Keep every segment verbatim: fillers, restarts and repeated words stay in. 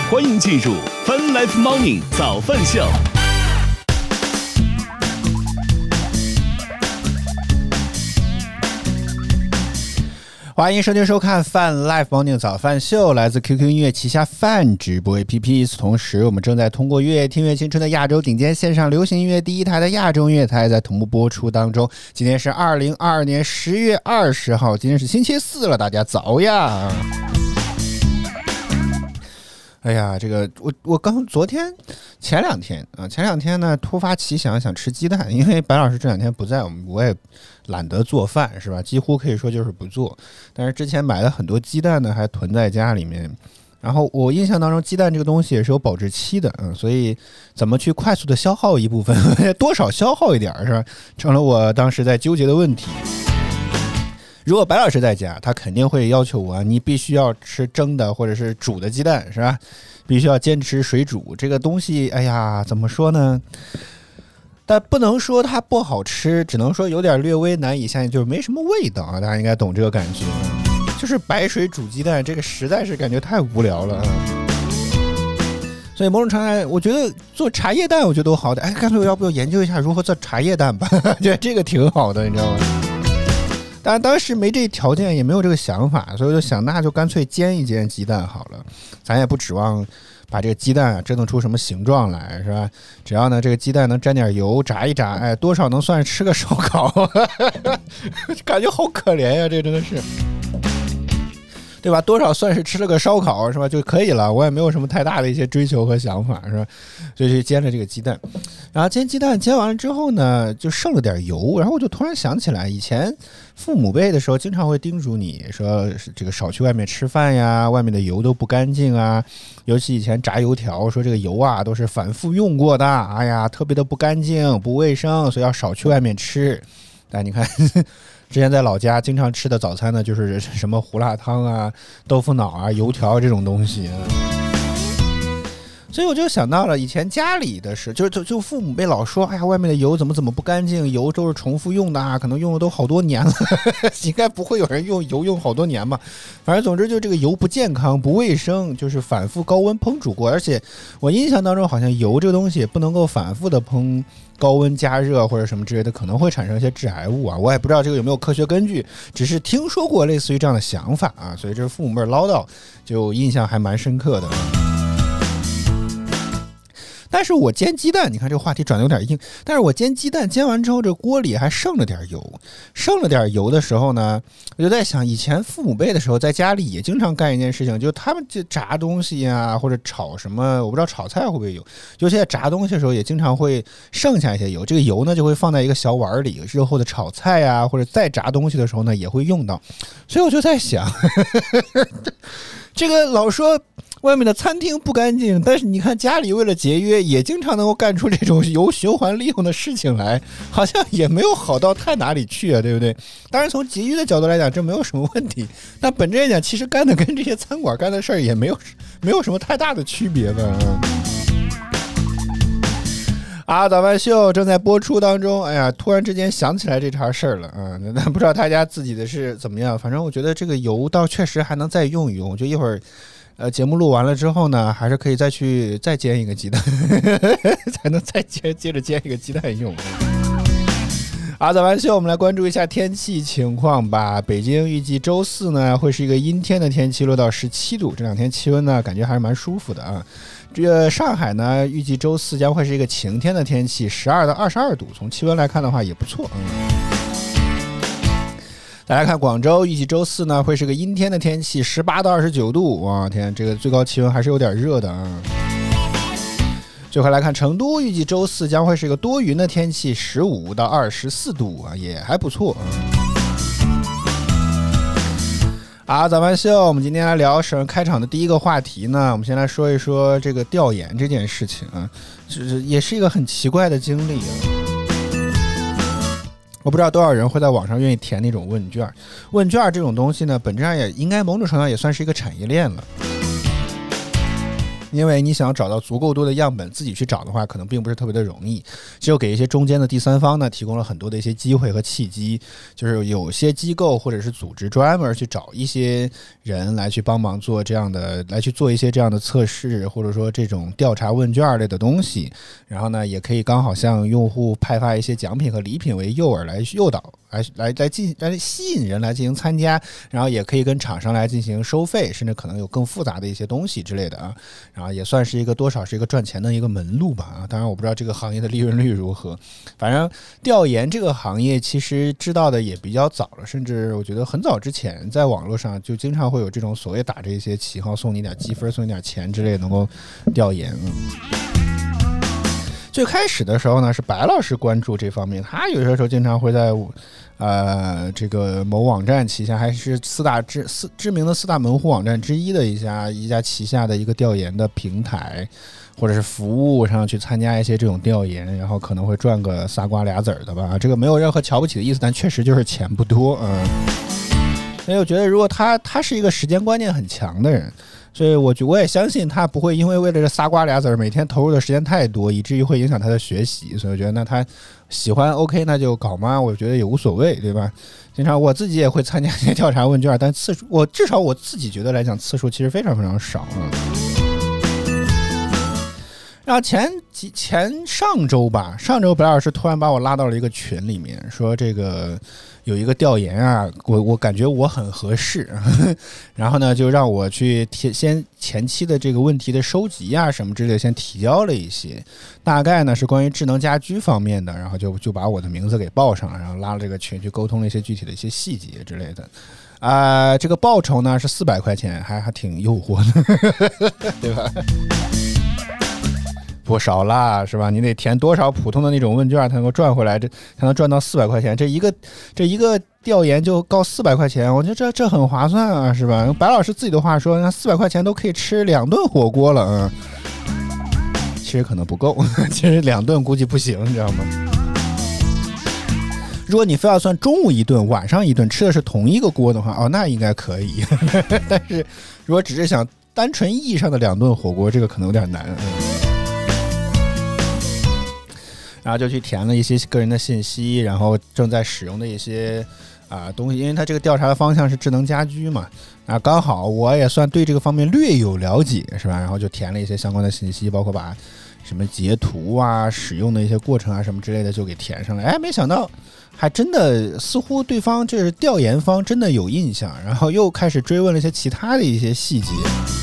欢迎进入 Fun Life Morning 早饭秀。 欢迎收听收看泛 Life Morning 早饭秀，来自 Q Q 音乐旗下泛直播 A P P。同时，我们正在通过乐听乐青春的亚洲顶尖线上流行音乐第一台的亚洲音乐台在同步播出当中。今天是二零二二年十月二十号，今天是星期四了，大家早呀！哎呀，这个我我刚昨天前两天啊，前两天呢突发奇想想吃鸡蛋，因为白老师这两天不在，我们我也懒得做饭是吧？几乎可以说就是不做。但是之前买了很多鸡蛋呢，还囤在家里面。然后我印象当中，鸡蛋这个东西也是有保质期的，嗯，所以怎么去快速的消耗一部分，多少消耗一点是吧？成了我当时在纠结的问题。如果白老师在家，他肯定会要求我，你必须要吃蒸的或者是煮的鸡蛋，是吧？必须要坚持水煮这个东西。哎呀，怎么说呢？但不能说它不好吃，只能说有点略微难以下咽，就是没什么味道啊。大家应该懂这个感觉，就是白水煮鸡蛋，这个实在是感觉太无聊了。所以某种程度上，我觉得做茶叶蛋，我觉得都好的。哎，干脆我要不要研究一下如何做茶叶蛋吧？觉得这个挺好的，你知道吗？当然当时没这条件，也没有这个想法，所以我就想，那就干脆煎一煎鸡蛋好了。咱也不指望把这个鸡蛋啊折腾出什么形状来，是吧？只要呢这个鸡蛋能沾点油，炸一炸，哎，多少能算是吃个烧烤，感觉好可怜呀，这真的是。对吧？多少算是吃了个烧烤是吧就可以了，我也没有什么太大的一些追求和想法是吧，所以就煎了这个鸡蛋。然后煎鸡蛋煎完了之后呢，就剩了点油，然后我就突然想起来，以前父母辈的时候经常会叮嘱你说这个少去外面吃饭呀，外面的油都不干净啊，尤其以前炸油条说这个油啊都是反复用过的，哎呀特别的不干净不卫生，所以要少去外面吃。但你看之前在老家经常吃的早餐呢，就是什么胡辣汤啊、豆腐脑啊、油条这种东西。所以我就想到了以前家里的事，就就就父母辈老说，哎呀，外面的油怎么怎么不干净，油都是重复用的啊，可能用的都好多年了，应该不会有人用油用好多年嘛。反正总之就这个油不健康、不卫生，就是反复高温烹煮过，而且我印象当中好像油这个东西也不能够反复的烹。高温加热或者什么之类的可能会产生一些致癌物啊，我也不知道这个有没有科学根据，只是听说过类似于这样的想法啊，所以这是父母辈唠叨，就印象还蛮深刻的。但是我煎鸡蛋，你看这个话题转得有点硬，但是我煎鸡蛋煎完之后，这锅里还剩了点油，剩了点油的时候呢，我就在想，以前父母辈的时候在家里也经常干一件事情，就他们就炸东西啊，或者炒什么，我不知道炒菜会不会有，尤其在炸东西的时候也经常会剩下一些油，这个油呢就会放在一个小碗里，日后的炒菜啊或者再炸东西的时候呢也会用到，所以我就在想这个老说外面的餐厅不干净，但是你看家里为了节约也经常能够干出这种油循环利用的事情来，好像也没有好到太哪里去啊，对不对？当然从节约的角度来讲这没有什么问题，但本质来讲其实干的跟这些餐馆干的事儿也没有没有什么太大的区别吧。啊，早饭秀正在播出当中，哎呀，突然之间想起来这茬事儿了啊！那不知道大家自己的是怎么样，反正我觉得这个油倒确实还能再用一用，就一会儿，呃，节目录完了之后呢，还是可以再去再煎一个鸡蛋，才能再接接着煎一个鸡蛋用。啊，早饭秀，我们来关注一下天气情况吧。北京预计周四呢会是一个阴天的天气，落到十七度，这两天气温呢感觉还是蛮舒服的啊。这个上海呢预计周四将会是一个晴天的天气，十二到二十二度，从气温来看的话也不错。嗯。再来看广州，预计周四呢会是个阴天的天气，十八到二十九度，哇天，这个最高气温还是有点热的啊。最后来看成都，预计周四将会是一个多云的天气，十五到二十四度啊，也还不错。好，早饭秀，我们今天来聊省开场的第一个话题呢，我们先来说一说这个调研这件事情啊，就是也是一个很奇怪的经历啊。我不知道多少人会在网上愿意填那种问卷，问卷这种东西呢，本质上也应该某种程度上也算是一个产业链了。 因为你想找到足够多的样本自己去找的话，可能并不是特别的容易，只有给一些中间的第三方呢提供了很多的一些机会和契机，就是有些机构或者是组织专门去找一些人来去帮忙做这样的，来去做一些这样的测试，或者说这种调查问卷类的东西，然后呢也可以刚好向用户派发一些奖品和礼品为诱饵来诱导来来来进来吸引人来进行参加，然后也可以跟厂商来进行收费，甚至可能有更复杂的一些东西之类的啊，然后也算是一个多少是一个赚钱的一个门路吧啊。当然我不知道这个行业的利润率如何，反正调研这个行业其实知道的也比较早了，甚至我觉得很早之前在网络上就经常会有这种所谓打着一些旗号送你点积分送你点钱之类能够调研。嗯最开始的时候呢，是白老师关注这方面，他有些时候经常会在呃这个某网站旗下，还是四大知四知名的四大门户网站之一的一家一家旗下的一个调研的平台或者是服务上去参加一些这种调研，然后可能会赚个仨瓜俩子儿的吧，这个没有任何瞧不起的意思，但确实就是钱不多，嗯。所以我觉得，如果他他是一个时间观念很强的人，所以我觉我也相信他不会因为为了这仨瓜俩子儿每天投入的时间太多，以至于会影响他的学习。所以我觉得，那他喜欢 OK 那就搞嘛，我觉得也无所谓，对吧？经常我自己也会参加一些调查问卷，但次数我至少我自己觉得来讲次数其实非常非常少啊。然后前几前上周吧，上周白老师突然把我拉到了一个群里面，说这个有一个调研啊，我我感觉我很合适，呵呵然后呢就让我去先前期的这个问题的收集啊什么之类的先提交了一些，大概呢是关于智能家居方面的，然后就就把我的名字给报上了，然后拉了这个群去沟通了一些具体的一些细节之类的。啊、呃，这个报酬呢是四百块钱，还还挺诱惑的，对吧？不少啦，是吧？你得填多少普通的那种问卷才能够赚回来，这才能赚到四百块钱。这一个这一个调研就高四百块钱，我觉得这这很划算啊，是吧？白老师自己的话说，那四百块钱都可以吃两顿火锅了，嗯。其实可能不够，其实两顿估计不行，你知道吗？如果你非要算中午一顿、晚上一顿吃的是同一个锅的话，哦，那应该可以。但是如果只是想单纯意义上的两顿火锅，这个可能有点难。嗯然后就去填了一些个人的信息，然后正在使用的一些啊、呃、东西，因为他这个调查的方向是智能家居嘛，啊刚好我也算对这个方面略有了解，是吧？然后就填了一些相关的信息，包括把什么截图啊、使用的一些过程啊什么之类的就给填上了。哎，没想到还真的似乎对方就是调研方真的有印象，然后又开始追问了一些其他的一些细节。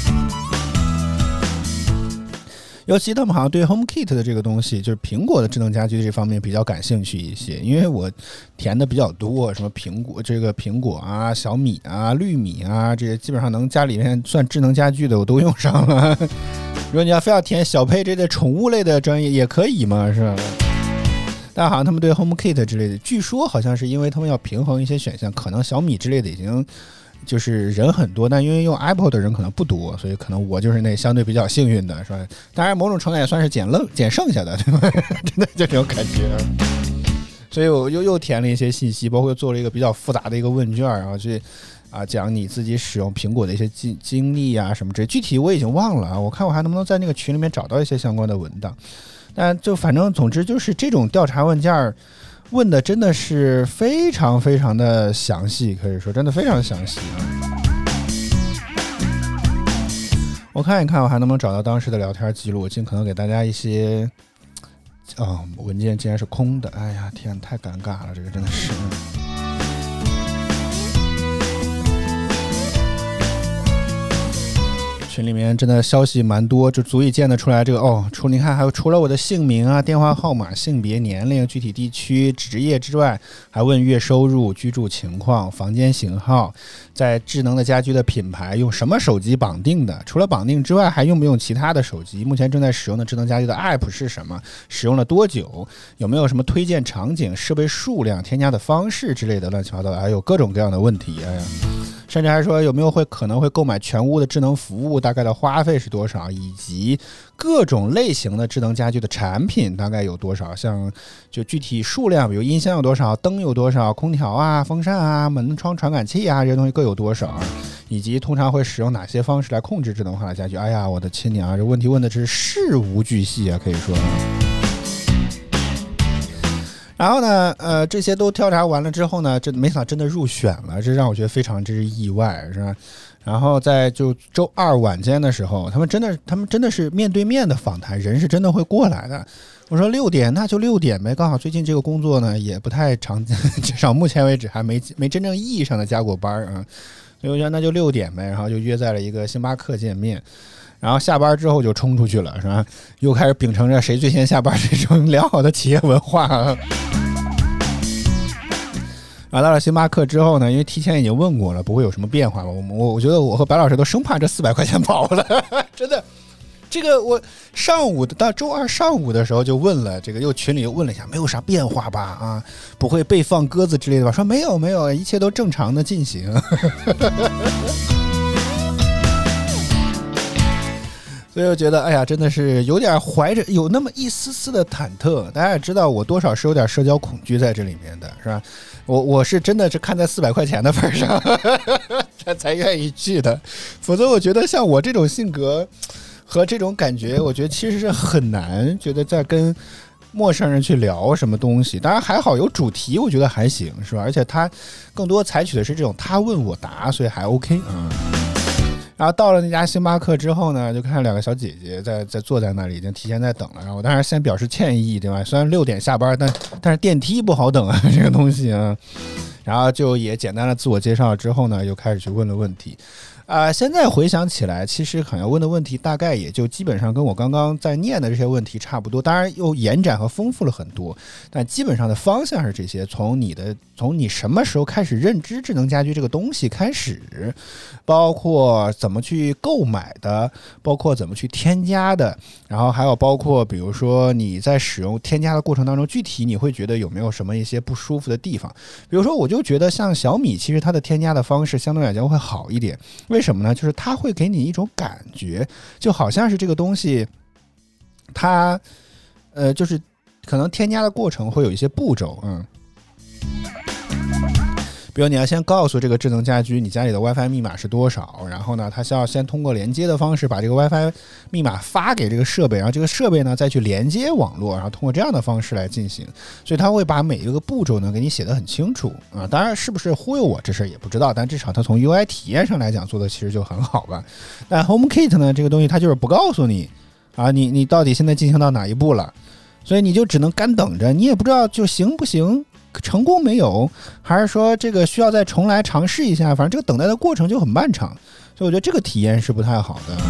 尤其他们好像对 HomeKit 的这个东西，就是苹果的智能家居这方面比较感兴趣一些，因为我填的比较多，什么苹果这个苹果啊、小米啊、绿米啊，这些基本上能家里面算智能家居的我都用上了。如果你要非要填小配这类宠物类的专业也可以嘛，是吧？但好像他们对 HomeKit 之类的，据说好像是因为他们要平衡一些选项，可能小米之类的已经就是人很多，但因为用 Apple 的人可能不多，所以可能我就是那相对比较幸运的，是吧？当然某种程度也算是捡愣捡剩下的，对吧？真的就这种感觉。所以我又又填了一些信息，包括做了一个比较复杂的一个问卷，然后去啊讲你自己使用苹果的一些经经历啊什么之类，具体我已经忘了啊，我看我还能不能在那个群里面找到一些相关的文档。但就反正总之就是这种调查问卷问的真的是非常非常的详细，可以说真的非常详细啊。我看一看我还能不能找到当时的聊天记录，尽可能给大家一些啊、哦、文件竟然是空的，哎呀天，太尴尬了，这个真的是。群里面真的消息蛮多，就足以见得出来这个哦。除你看，还有除了我的姓名啊、电话号码、性别、年龄、具体地区、职业之外，还问月收入、居住情况、房间型号，在智能的家居的品牌用什么手机绑定的？除了绑定之外，还用不用其他的手机？目前正在使用的智能家居的 App 是什么？使用了多久？有没有什么推荐场景、设备数量、添加的方式之类的乱七八糟的，还有各种各样的问题。哎呀， 甚至还说有没有会可能会购买全屋的智能服务，大概的花费是多少，以及各种类型的智能家居的产品大概有多少，像就具体数量，比如音箱有多少，灯有多少，空调啊、风扇啊、门窗传感器啊，这些东西各有多少，以及通常会使用哪些方式来控制智能化的家居。哎呀，我的亲娘，这问题问的是事无巨细啊，可以说。然后呢，呃，这些都调查完了之后呢，这没想到真的入选了，这让我觉得非常之意外，是吧？然后在就周二晚间的时候，他们真的，他们真的是面对面的访谈，人是真的会过来的。我说六点，那就六点呗。刚好最近这个工作呢也不太常见，至少目前为止还没没真正意义上的加过班啊，所以我觉得那就六点呗。然后就约在了一个星巴克见面。然后下班之后就冲出去了，是吧？又开始秉承着谁最先下班这种良好的企业文化。啊，到了星巴克之后呢，因为提前已经问过了，不会有什么变化吧？我我我觉得我和白老师都生怕这四百块钱跑了，真的。这个我上午到周二上午的时候就问了，这个又群里又问了一下，没有啥变化吧？啊，不会被放鸽子之类的吧？说没有没有，一切都正常的进行。所以我觉得，哎呀，真的是有点怀着有那么一丝丝的忐忑。大家也知道，我多少是有点社交恐惧在这里面的，是吧？我我是真的是看在四百块钱的份上才才愿意去的，否则我觉得像我这种性格和这种感觉，我觉得其实是很难觉得在跟陌生人去聊什么东西。当然还好有主题，我觉得还行，是吧？而且他更多采取的是这种他问我答，所以还 OK 啊、嗯。然后到了那家星巴克之后呢，就看两个小姐姐在在坐在那里，已经提前在等了。然后我当然先表示歉意，对吧？虽然六点下班，但但是电梯不好等啊，这个东西啊。然后就也简单的自我介绍之后呢，又开始去问了问题。啊、呃，现在回想起来，其实好像问的问题大概也就基本上跟我刚刚在念的这些问题差不多，当然又延展和丰富了很多，但基本上的方向是这些。从你的从你什么时候开始认知智能家居这个东西开始，包括怎么去购买的，包括怎么去添加的，然后还有包括比如说你在使用添加的过程当中，具体你会觉得有没有什么一些不舒服的地方？比如说，我就觉得像小米，其实它的添加的方式相对来讲会好一点。为什么呢？就是它会给你一种感觉，就好像是这个东西，它，呃，就是可能添加的过程会有一些步骤，嗯，比如你要先告诉这个智能家居你家里的 WiFi 密码是多少，然后呢，它需要先通过连接的方式把这个 WiFi 密码发给这个设备，然后这个设备呢再去连接网络，然后通过这样的方式来进行，所以它会把每一个步骤呢给你写得很清楚啊。当然是不是忽悠我这事儿也不知道，但至少它从 U I 体验上来讲做的其实就很好吧。但 HomeKit 呢这个东西它就是不告诉你啊，你你到底现在进行到哪一步了，所以你就只能干等着，你也不知道就行不行。成功没有，还是说这个需要再重来尝试一下，反正这个等待的过程就很漫长，所以我觉得这个体验是不太好的。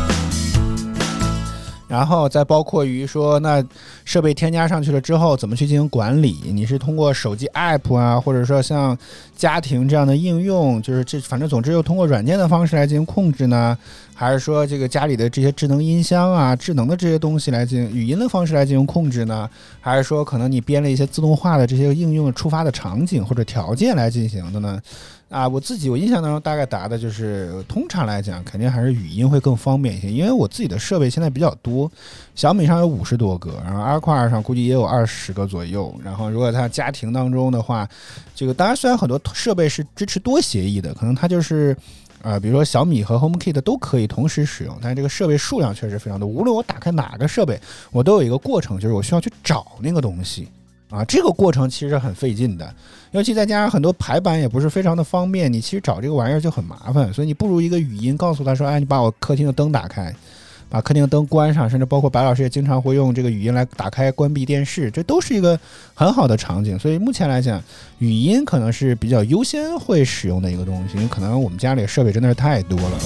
然后再包括于说，那设备添加上去了之后怎么去进行管理，你是通过手机 app 啊，或者说像家庭这样的应用，就是这反正总之又通过软件的方式来进行控制呢，还是说这个家里的这些智能音箱啊，智能的这些东西来进行语音的方式来进行控制呢，还是说可能你编了一些自动化的这些应用触发的场景或者条件来进行的呢？啊，我自己我印象当中大概答的就是，通常来讲肯定还是语音会更方便一些，因为我自己的设备现在比较多，小米上有五十多个，然后 AirQuar 上估计也有二十个左右，然后如果它家庭当中的话，这个当然虽然很多设备是支持多协议的，可能它就是呃，比如说小米和 HomeKit 都可以同时使用，但是这个设备数量确实非常多，无论我打开哪个设备，我都有一个过程，就是我需要去找那个东西。啊，这个过程其实很费劲的，尤其再加上很多排版也不是非常的方便，你其实找这个玩意儿就很麻烦，所以你不如一个语音告诉他说，哎，你把我客厅的灯打开，把客厅的灯关上，甚至包括白老师也经常会用这个语音来打开关闭电视，这都是一个很好的场景。所以目前来讲，语音可能是比较优先会使用的一个东西，因为可能我们家里的设备真的是太多了。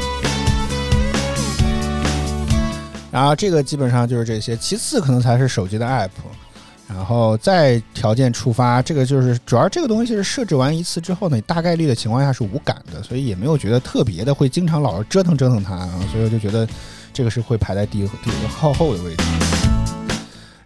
然后这个基本上就是这些，其次可能才是手机的 app。然后再条件触发，这个就是主要这个东西是设置完一次之后呢，你大概率的情况下是无感的，所以也没有觉得特别的会经常老是折腾折腾它啊，所以我就觉得这个是会排在第第靠后的位置。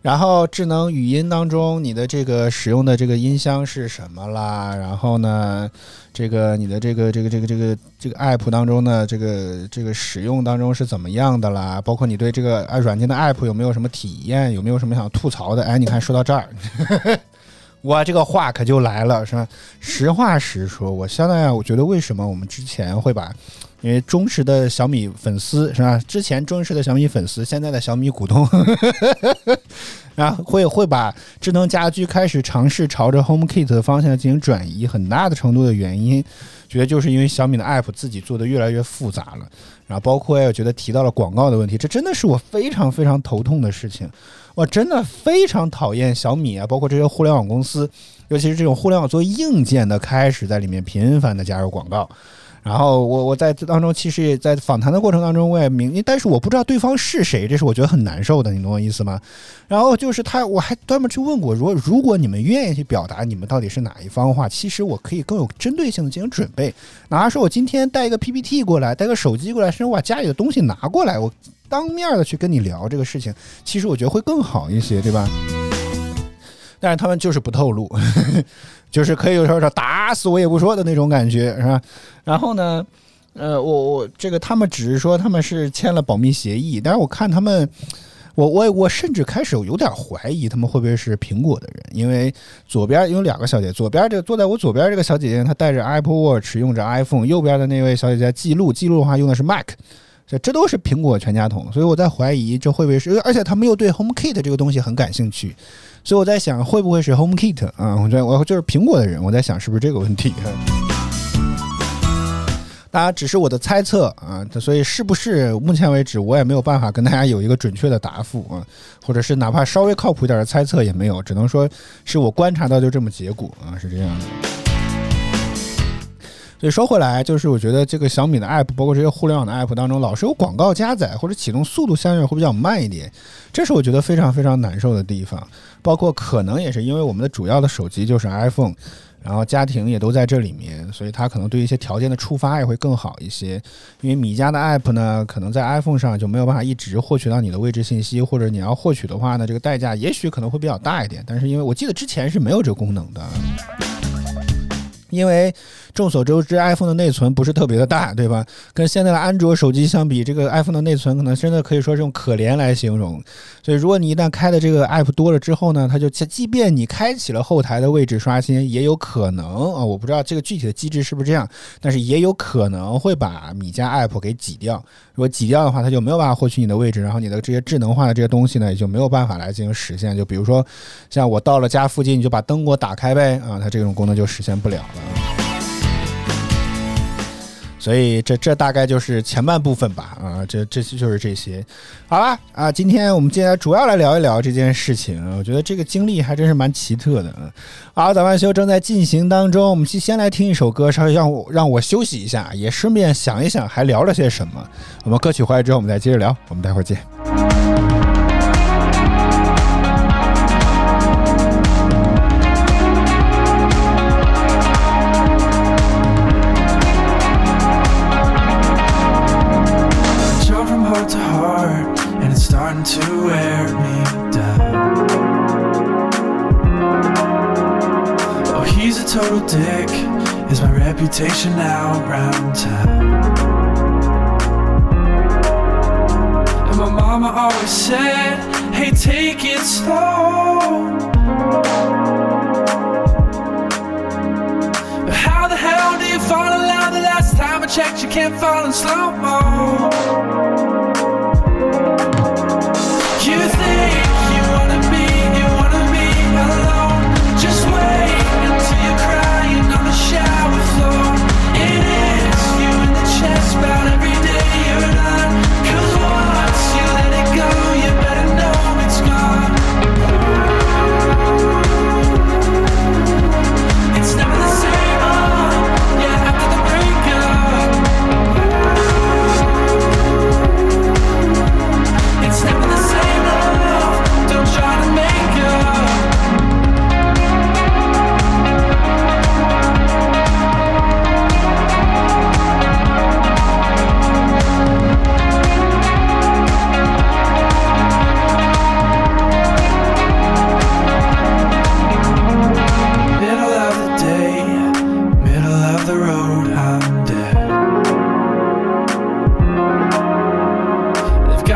然后智能语音当中你的这个使用的这个音箱是什么啦？然后呢，这个你的这个这个这个这个这个 app 当中呢，这个这个使用当中是怎么样的啦？包括你对这个软件的 app 有没有什么体验？有没有什么想吐槽的？哎，你看说到这儿。我这个话可就来了，是吧？实话实说，我相当我觉得为什么我们之前会把，因为忠实的小米粉丝是吧？之前忠实的小米粉丝，现在的小米股东，然后会会把智能家居开始尝试朝着 HomeKit 的方向进行转移，很大的程度的原因，觉得就是因为小米的 app 自己做的越来越复杂了，然后包括我觉得提到了广告的问题，这真的是我非常非常头痛的事情。我真的非常讨厌小米啊，包括这些互联网公司，尤其是这种互联网做硬件的，开始在里面频繁的加入广告。然后我我在当中其实也在访谈的过程当中我也明，但是我不知道对方是谁，这是我觉得很难受的，你懂我意思吗？然后就是他，我还专门去问过，如果如果你们愿意去表达你们到底是哪一方的话，其实我可以更有针对性的进行准备。哪怕说我今天带一个 P P T 过来，带个手机过来，甚至我把家里的东西拿过来，我当面的去跟你聊这个事情，其实我觉得会更好一些，对吧？但是他们就是不透露，就是可以有时候打死我也不说的那种感觉，是吧？然后呢，呃，我我这个他们只是说他们是签了保密协议，但是我看他们，我我我甚至开始有点怀疑他们会不会是苹果的人，因为左边有两个小姐，左边这个坐在我左边这个小姐姐，她带着 Apple Watch 用着 iPhone， 右边的那位小姐姐记录记录的话用的是 Mac。这这都是苹果全家桶，所以我在怀疑这会不会是，而且他们又对 HomeKit 这个东西很感兴趣，所以我在想会不会是 HomeKit 啊？我觉得我就是苹果的人，我在想是不是这个问题。当然只是我的猜测啊，所以是不是目前为止我也没有办法跟大家有一个准确的答复啊，或者是哪怕稍微靠谱一点的猜测也没有，只能说是我观察到就这么结果啊，是这样的。所以说回来，就是我觉得这个小米的 app， 包括这些互联网的 app 当中，老是有广告加载或者启动速度相对会比较慢一点，这是我觉得非常非常难受的地方。包括可能也是因为我们的主要的手机就是 iPhone， 然后家庭也都在这里面，所以它可能对一些条件的触发也会更好一些。因为米家的 app 呢，可能在 iPhone 上就没有办法一直获取到你的位置信息，或者你要获取的话呢，这个代价也许可能会比较大一点。但是因为我记得之前是没有这个功能的。因为众所周知 iPhone 的内存不是特别的大，对吧？跟现在的安卓手机相比，这个 iPhone 的内存可能真的可以说是用可怜来形容。所以如果你一旦开的这个 app 多了之后呢，它就即便你开启了后台的位置刷新，也有可能啊，我不知道这个具体的机制是不是这样，但是也有可能会把米家 app 给挤掉。如果挤掉的话，它就没有办法获取你的位置，然后你的这些智能化的这些东西呢，也就没有办法来进行实现。就比如说像我到了家附近，你就把灯给我打开呗啊，它这种功能就实现不了了。所以这这大概就是前半部分吧啊，这这就是这些，好吧啊，今天我们今天主要来聊一聊这件事情，我觉得这个经历还真是蛮奇特的啊。好，早饭秀正在进行当中，我们先来听一首歌，稍微让我让我休息一下，也顺便想一想还聊了些什么。我们歌曲回来之后，我们再接着聊，我们待会儿见。 To wear me down. Oh, he's a total dick, is my reputation now round town. And my mama always said, hey, take it slow. But how the hell do you fall in love? The last time I checked, you can't fall in slow-mo. You think you wanna be, you wanna be alone. Just wait until you're crying on the shower floor. It is you in the chest about every day you're done. Cause once you let it go, you better know it's gone. It's never the same, oh, yeah, after the breakup.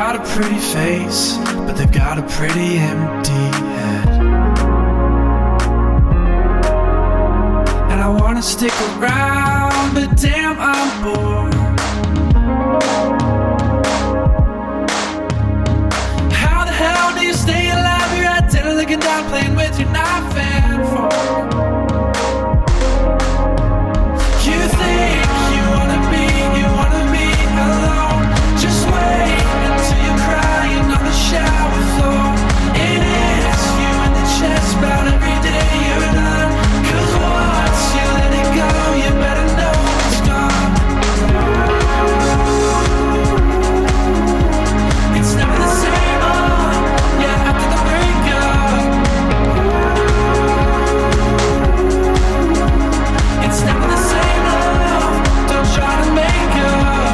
got a pretty face, but they've got a pretty empty head. And I wanna stick around, but damn, I'm bored. How the hell do you stay alive? You're at dinner looking down, playing with your knife and fork. You think you wanna be, you wanna be alone. Just wait until you're crying on the shower floor. It is you in the chest about every day you're done. Cause once you let it go, you better know it's gone. It's never the same, oh, yeah, after the breakup. It's never the same, love, don't try to make up.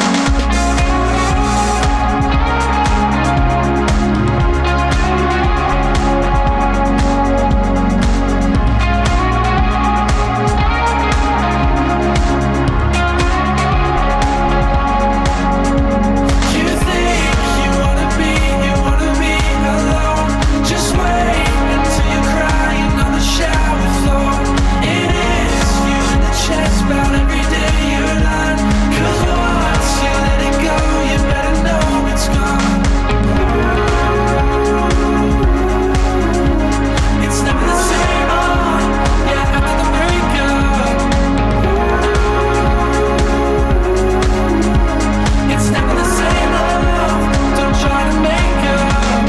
You think you wanna be, you wanna be alone. Just wait until you're crying on the shower floor. It is you in the chest about every day you're done. Cause once you let it go, you better know it's gone. It's never the same, oh, yeah, after the breakup. It's never the same, love, don't try to make up.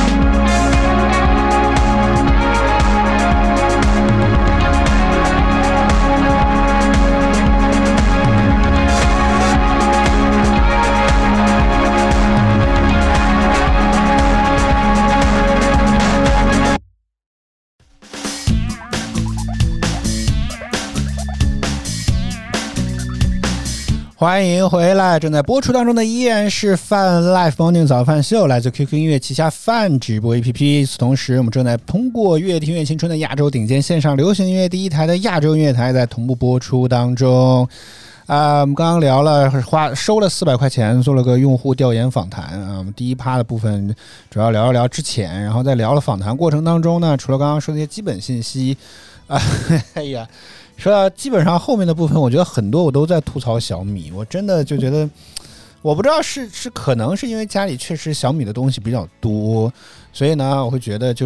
欢迎回来，正在播出当中的依然是泛 Live Morning 早饭秀，来自 Q Q 音乐旗下泛直播 A P P。与此同时，我们正在通过乐听乐青春的亚洲顶尖线上流行音乐第一台的亚洲音乐台在同步播出当中。啊、呃，我们刚刚聊了，花收了四百块钱，做了个用户调研访谈啊。我们第一趴的部分主要聊一聊之前，然后在聊了访谈过程当中呢，除了刚刚说的一些基本信息啊，哎呀。说到基本上后面的部分，我觉得很多我都在吐槽小米，我真的就觉得，我不知道是是可能是因为家里确实小米的东西比较多，所以呢，我会觉得就是，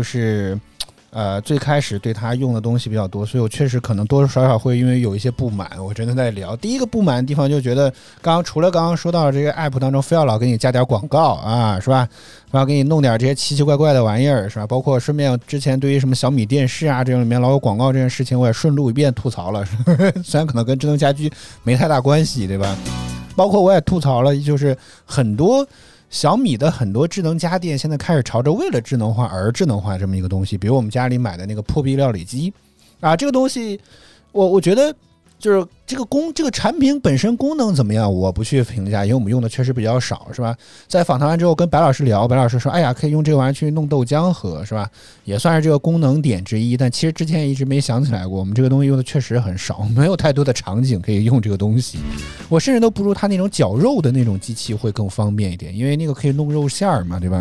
呃，最开始对它用的东西比较多，所以我确实可能多多少少会因为有一些不满。我真的在聊第一个不满的地方，就觉得刚刚除了刚刚说到这个 app 当中非要老给你加点广告啊，是吧？然后给你弄点这些奇奇怪怪的玩意儿，是吧？包括顺便之前对于什么小米电视啊这种里面老有广告这件事情，我也顺路一遍吐槽了，虽然可能跟智能家居没太大关系，对吧？包括我也吐槽了，就是很多小米的很多智能家电现在开始朝着为了智能化而智能化这么一个东西，比如我们家里买的那个破壁料理机啊，这个东西我我觉得就是这个功这个产品本身功能怎么样，我不去评价，因为我们用的确实比较少，是吧？在访谈完之后跟白老师聊，白老师说，哎呀，可以用这个玩意儿去弄豆浆喝，是吧？也算是这个功能点之一，但其实之前也一直没想起来过，我们这个东西用的确实很少，没有太多的场景可以用这个东西。我甚至都不如它那种绞肉的那种机器会更方便一点，因为那个可以弄肉馅儿嘛，对吧？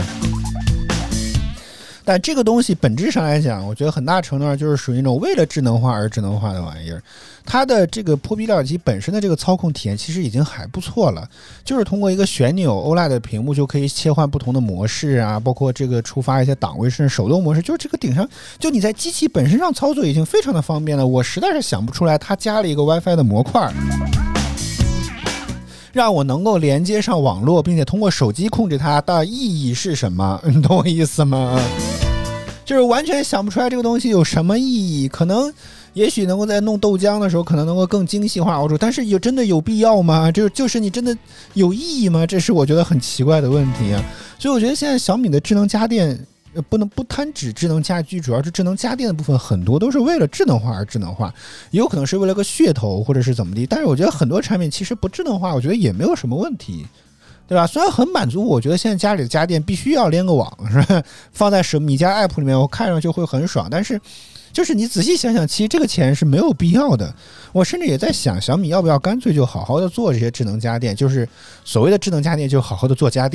但这个东西本质上来讲，我觉得很大程度上就是属于那种为了智能化而智能化的玩意儿。它的这个破壁料理机本身的这个操控体验其实已经还不错了，就是通过一个旋钮 O L E D 的屏幕就可以切换不同的模式啊，包括这个触发一些档位，甚至手动模式，就是这个顶上就你在机器本身上操作已经非常的方便了。我实在是想不出来它加了一个 WiFi 的模块，让我能够连接上网络，并且通过手机控制它的意义是什么？你懂我意思吗？就是完全想不出来这个东西有什么意义。可能也许能够在弄豆浆的时候可能能够更精细化熬煮，但是有真的有必要吗？就就是你真的有意义吗？这是我觉得很奇怪的问题啊。所以我觉得现在小米的智能家电不能不单指智能家居，主要是智能家电的部分很多都是为了智能化而智能化，也有可能是为了个噱头或者是怎么地，但是我觉得很多产品其实不智能化，我觉得也没有什么问题，对吧？虽然很满足，我觉得现在家里的家电必须要连个网，是吧？放在什米家 app 里面，我看上去会很爽，但是就是你仔细想想，其实这个钱是没有必要的。我甚至也在想，小米要不要干脆就好好的做这些智能家电，就是所谓的智能家电就好好的做家电，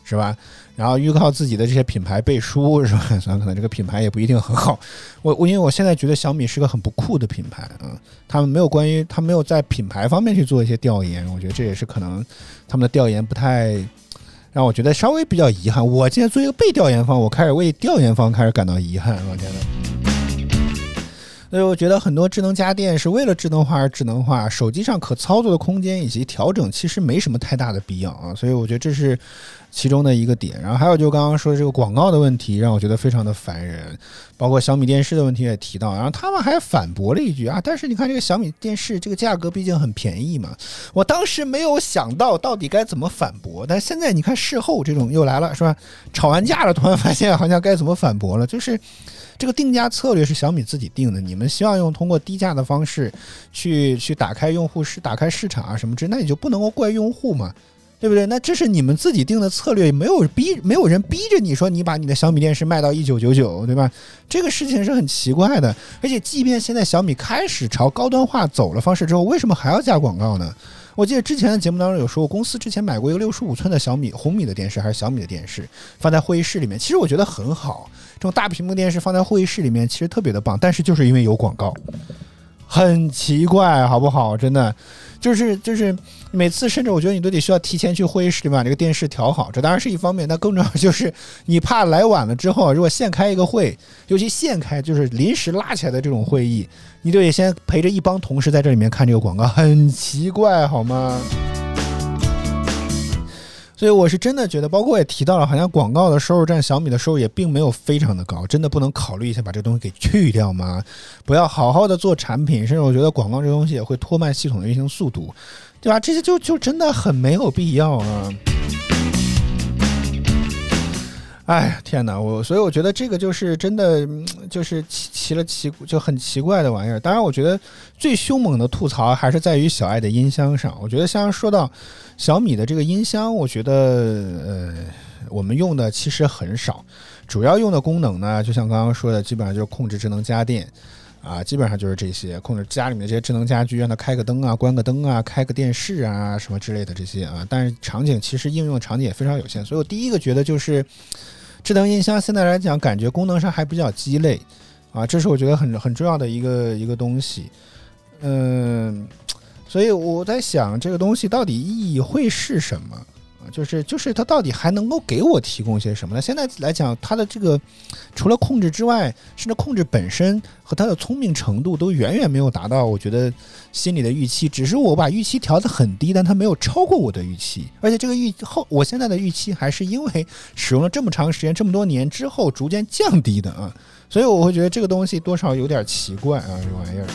是吧？然后预告自己的这些品牌背书，是吧？虽然可能这个品牌也不一定很好，我我因为我现在觉得小米是个很不酷的品牌，嗯，他们没有关于他没有在品牌方面去做一些调研，我觉得这也是可能他们的调研不太让我觉得稍微比较遗憾。我现在作为一个被调研方，我开始为调研方开始感到遗憾，我天呐。所以我觉得很多智能家电是为了智能化而智能化，手机上可操作的空间以及调整其实没什么太大的必要啊，所以我觉得这是其中的一个点。然后还有就刚刚说的这个广告的问题，让我觉得非常的烦人，包括小米电视的问题也提到，然后他们还反驳了一句啊，但是你看这个小米电视这个价格毕竟很便宜嘛，我当时没有想到到底该怎么反驳，但现在你看事后这种又来了，是吧？吵完架了，突然发现好像该怎么反驳了，就是这个定价策略是小米自己定的，你们希望用通过低价的方式去去打开用户市打开市场啊什么之类，那你就不能够怪用户嘛，对不对？那这是你们自己定的策略，没有逼没有人逼着你说你把你的小米电视卖到一九九九，对吧？这个事情是很奇怪的。而且即便现在小米开始朝高端化走了方式之后，为什么还要加广告呢？我记得之前的节目当中有说，公司之前买过一个六十五寸的小米红米的电视还是小米的电视，放在会议室里面，其实我觉得很好，这种大屏幕电视放在会议室里面其实特别的棒，但是就是因为有广告，很奇怪，好不好？真的就是就是每次甚至我觉得你都得需要提前去会议室里面把这个电视调好，这当然是一方面，但更重要就是你怕来晚了之后，如果现开一个会，尤其现开就是临时拉起来的这种会议，你就得先陪着一帮同事在这里面看这个广告，很奇怪好吗？所以我是真的觉得，包括我也提到了，好像广告的收入占小米的收入也并没有非常的高，真的不能考虑一下把这个东西给去掉吗？不要好好的做产品，甚至我觉得广告这个东西也会拖慢系统的运行速度，对吧？这些就就真的很没有必要啊！哎天哪，我所以我觉得这个就是真的就是奇了奇就很奇怪的玩意儿。当然，我觉得最凶猛的吐槽还是在于小爱的音箱上。我觉得像说到小米的这个音箱，我觉得呃我们用的其实很少，主要用的功能呢，就像刚刚说的，基本上就是控制智能家电。啊，基本上就是这些，控制家里面这些智能家居，让它开个灯啊、关个灯啊、开个电视啊什么之类的这些啊。但是场景其实应用场景也非常有限，所以我第一个觉得就是智能音箱现在来讲，感觉功能上还比较鸡肋啊，这是我觉得很很重要的一个一个东西。嗯，所以我在想这个东西到底意义会是什么？就是就是它到底还能够给我提供些什么呢？现在来讲，它的这个除了控制之外，甚至控制本身和它的聪明程度都远远没有达到我觉得心里的预期。只是我把预期调得很低，但它没有超过我的预期。而且这个预后，我现在的预期还是因为使用了这么长时间、这么多年之后逐渐降低的啊。所以我会觉得这个东西多少有点奇怪啊，这玩意儿。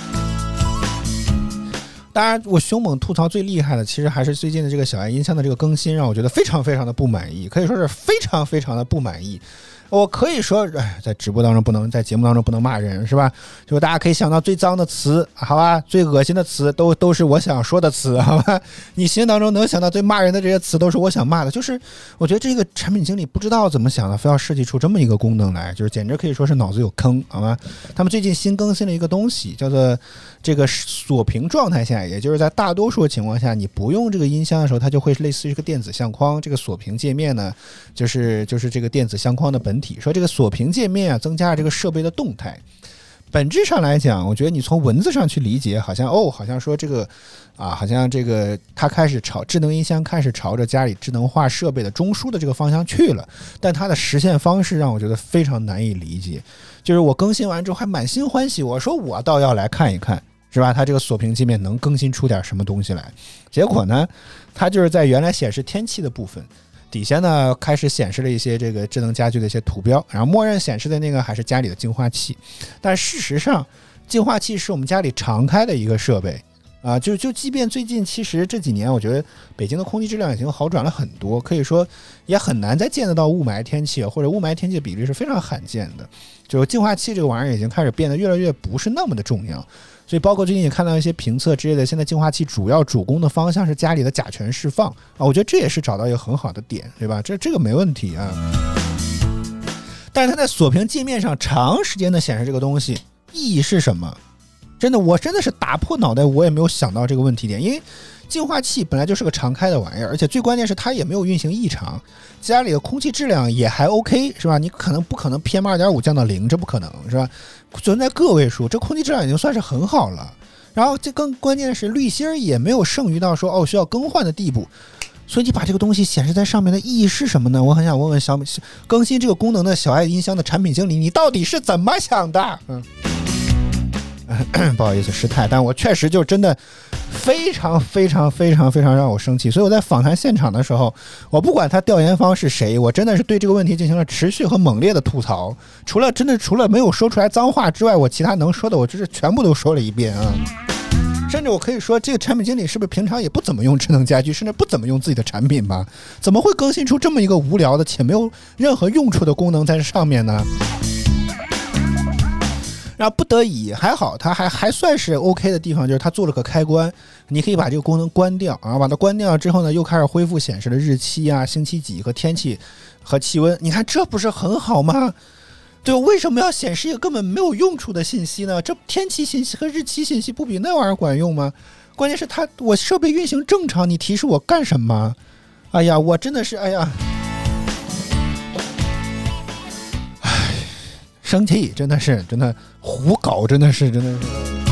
当然我凶猛吐槽最厉害的其实还是最近的这个小爱音箱的这个更新，让我觉得非常非常的不满意，可以说是非常非常的不满意。我可以说，哎，在直播当中不能，在节目当中不能骂人，是吧？就大家可以想到最脏的词，好吧，最恶心的词都都是我想说的词，好吧？你心当中能想到最骂人的这些词，都是我想骂的。就是我觉得这个产品经理不知道怎么想的，非要设计出这么一个功能来，就是简直可以说是脑子有坑，好吗？他们最近新更新了一个东西，叫做这个锁屏状态下，也就是在大多数情况下，你不用这个音箱的时候，它就会类似于一个电子相框。这个锁屏界面呢，就是就是这个电子相框的本体。说这个锁屏界面啊，增加了这个设备的动态。本质上来讲，我觉得你从文字上去理解，好像哦，好像说这个啊，好像这个它开始朝智能音箱开始朝着家里智能化设备的中枢的这个方向去了。但它的实现方式让我觉得非常难以理解。就是我更新完之后还满心欢喜，我说我倒要来看一看，是吧？它这个锁屏界面能更新出点什么东西来？结果呢，它就是在原来显示天气的部分。底下呢开始显示了一些这个智能家居的一些图标，然后默认显示的那个还是家里的净化器，但事实上净化器是我们家里常开的一个设备啊，就就即便最近其实这几年我觉得北京的空气质量已经好转了很多，可以说也很难再见得到雾霾天气，或者雾霾天气的比例是非常罕见的，就是净化器这个玩意儿已经开始变得越来越不是那么的重要。所以包括最近也看到一些评测之类的，现在净化器主要主攻的方向是家里的甲醛释放啊，我觉得这也是找到一个很好的点，对吧？这这个没问题啊。但是它在锁屏界面上长时间的显示这个东西，意义是什么？真的，我真的是打破脑袋，我也没有想到这个问题点。因为净化器本来就是个常开的玩意儿，而且最关键是它也没有运行异常，家里的空气质量也还 OK 是吧？你可能不可能 P M 二点五 降到零，这不可能是吧？存在个位数，这空气质量已经算是很好了。然后这更关键的是滤芯也没有剩余到说哦需要更换的地步，所以你把这个东西显示在上面的意义是什么呢？我很想问问小米更新这个功能的小爱音箱的产品经理，你到底是怎么想的？嗯。不好意思失态，但我确实就真的非常非常非常非常让我生气，所以我在访谈现场的时候，我不管他调研方是谁，我真的是对这个问题进行了持续和猛烈的吐槽，除了真的除了没有说出来脏话之外，我其他能说的我就是全部都说了一遍啊。甚至我可以说这个产品经理是不是平常也不怎么用智能家居，甚至不怎么用自己的产品吧？怎么会更新出这么一个无聊的且没有任何用处的功能在这上面呢？然后不得已还好，它还还算是 OK 的地方，就是它做了个开关，你可以把这个功能关掉，然后把它关掉之后呢，又开始恢复显示的日期啊、星期几和天气和气温。你看这不是很好吗？对，为什么要显示一个根本没有用处的信息呢？这天气信息和日期信息不比那玩意儿管用吗？关键是它我设备运行正常，你提示我干什么？哎呀，我真的是哎呀。生气，真的是真的胡搞，真的是真的是。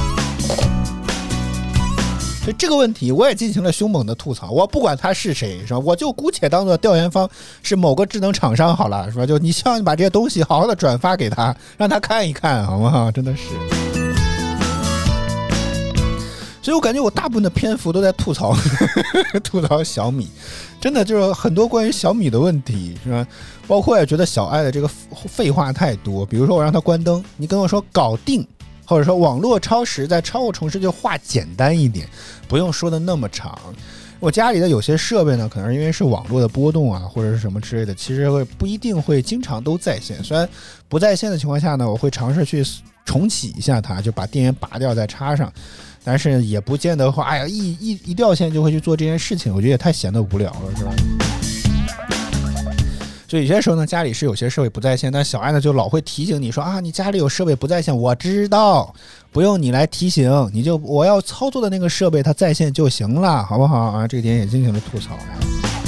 所以这个问题我也进行了凶猛的吐槽，我不管他是谁，是吧？我就姑且当做调研方是某个智能厂商好了，是吧？就你希望你把这些东西好好的转发给他，让他看一看，好不好？真的是。所以我感觉我大部分的篇幅都在吐槽吐槽小米，真的就是很多关于小米的问题，是吧？包括也觉得小爱的这个废话太多，比如说我让他关灯，你跟我说搞定，或者说网络超时，在超过城市就话简单一点，不用说的那么长。我家里的有些设备呢，可能是因为是网络的波动啊，或者是什么之类的，其实会不一定会经常都在线。虽然不在线的情况下呢，我会尝试去重启一下它，就把电源拔掉再插上。但是也不见得话，哎呀，一一一掉线就会去做这件事情，我觉得也太闲得无聊了，是吧？所以有些时候呢，家里是有些设备不在线，但小爱呢就老会提醒你说啊，你家里有设备不在线，我知道，不用你来提醒，你就我要操作的那个设备它在线就行了，好不好啊？这个点也进行了吐槽呀。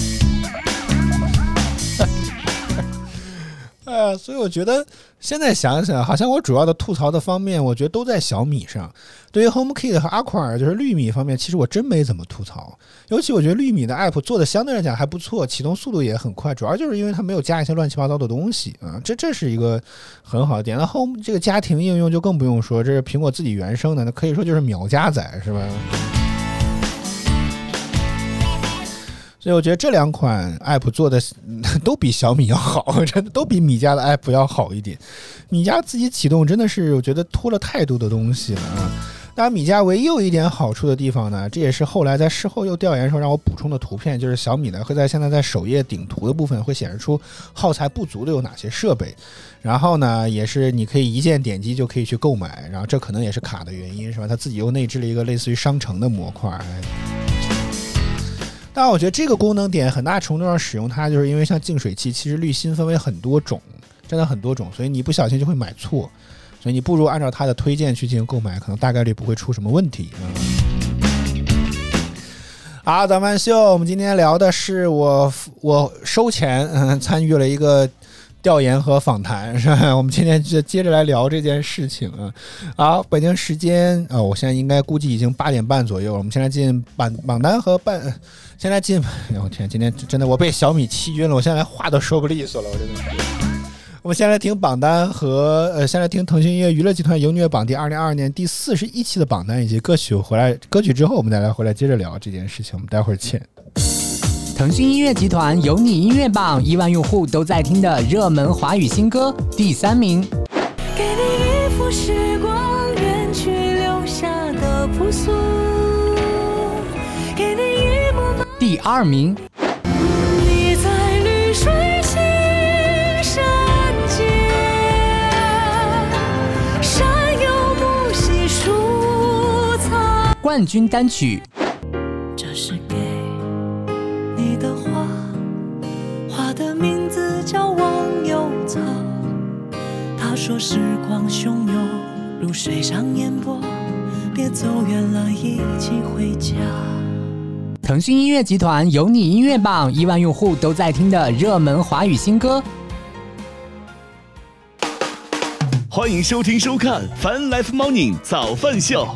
呃，所以我觉得现在想想，好像我主要的吐槽的方面，我觉得都在小米上。对于 HomeKit 和 Aqua 就是绿米方面，其实我真没怎么吐槽。尤其我觉得绿米的 App 做的相对来讲还不错，启动速度也很快，主要就是因为它没有加一些乱七八糟的东西啊，这这是一个很好的点。那 Home 这个家庭应用就更不用说，这是苹果自己原生的，那可以说就是秒加载，是吧？所以我觉得这两款 app 做的都比小米要好，真的都比米家的 app 要好一点。米家自己启动真的是我觉得拖了太多的东西了啊。当然米家唯一有一点好处的地方呢，这也是后来在事后又调研的时候让我补充的图片，就是小米呢会在现在在首页顶图的部分会显示出耗材不足的有哪些设备，然后呢也是你可以一键点击就可以去购买，然后这可能也是卡的原因，是吧？它自己又内置了一个类似于商城的模块。但我觉得这个功能点很大程度上使用它，就是因为像净水器，其实滤芯分为很多种，真的很多种，所以你不小心就会买错，所以你不如按照它的推荐去进行购买，可能大概率不会出什么问题。好，咱们秀，我们今天聊的是我我收钱，嗯，参与了一个调研和访谈，是吧？我们今天就接着来聊这件事情啊。好，北京时间啊，我现在应该估计已经八点半左右了。我们现在进榜榜单和半，现在进，哎我天，今天真的我被小米气晕了，我现在连话都说不利索了，我真的是。我们先来听榜单和呃，先来听腾讯音乐娱乐集团游虐榜第二零二二年第四十一期的榜单以及歌曲。回来歌曲之后，我们再来回来接着聊这件事情。我们待会儿见。 腾讯音乐集团有你音乐榜亿万用户都在听的热门华语新歌第三名。 给你一幅时光远去留下的朴素，给你一幕第二名。 你在绿水青山间，山有不息蔬草。 冠军单曲。 这是给你的花，花的名字叫忘忧草。他说时光汹涌如水上烟波，别走远了，一起回家。 腾讯音乐集团有你音乐榜，亿万用户都在听的热门华语新歌。 欢迎收听收看 Fun Life Morning 早饭秀。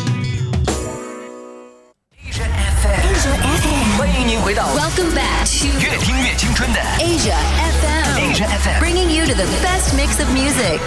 Asia F M， 欢迎您回到 Welcome back to 越听越青春的 Asia F M， Asia F M， bringing you to the best mix of music。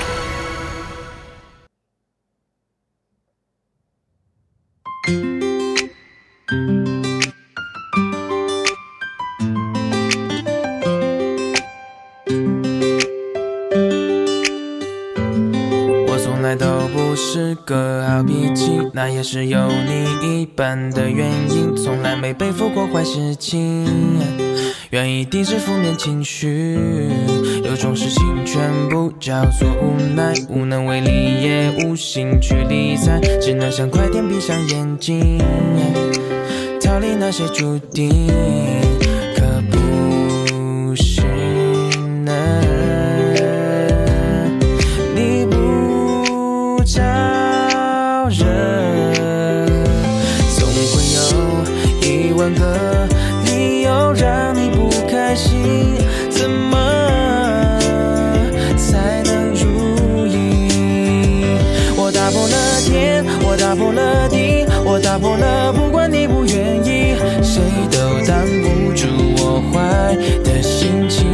都不是个好脾气，那也是有你一半的原因，从来没背负过坏事情，愿意抵制负面情绪，有种事情全部叫做无奈，无能为力也无心去理睬，只能想快点闭上眼睛，逃离那些注定，可不是呢，你不招惹，总会有一万个理由让你不开心，怎么才能如意？我打破了天，我打破了地，我打破了不管你不愿意，谁都挡不住我坏的心情。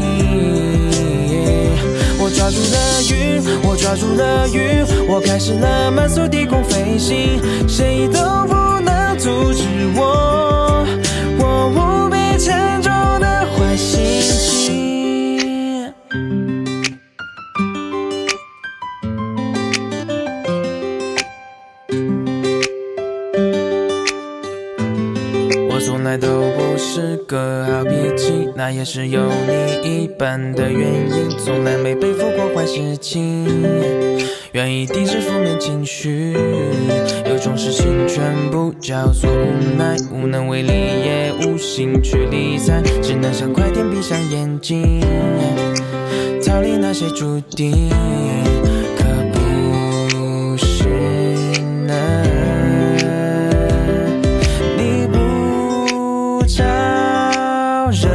我抓住了云，我抓住了雨，我开始了慢速低空飞行，谁都不能阻止我，我无比沉重的坏心情。我从来都不是个好脾气，那也是有你一半的原因，从来没背负过坏事情，愿意抵制负面情绪，有种事情全部叫做无奈，无能为力也无心去理睬，只能想快点闭上眼睛，逃离那些注定，可不是呢，你不招惹，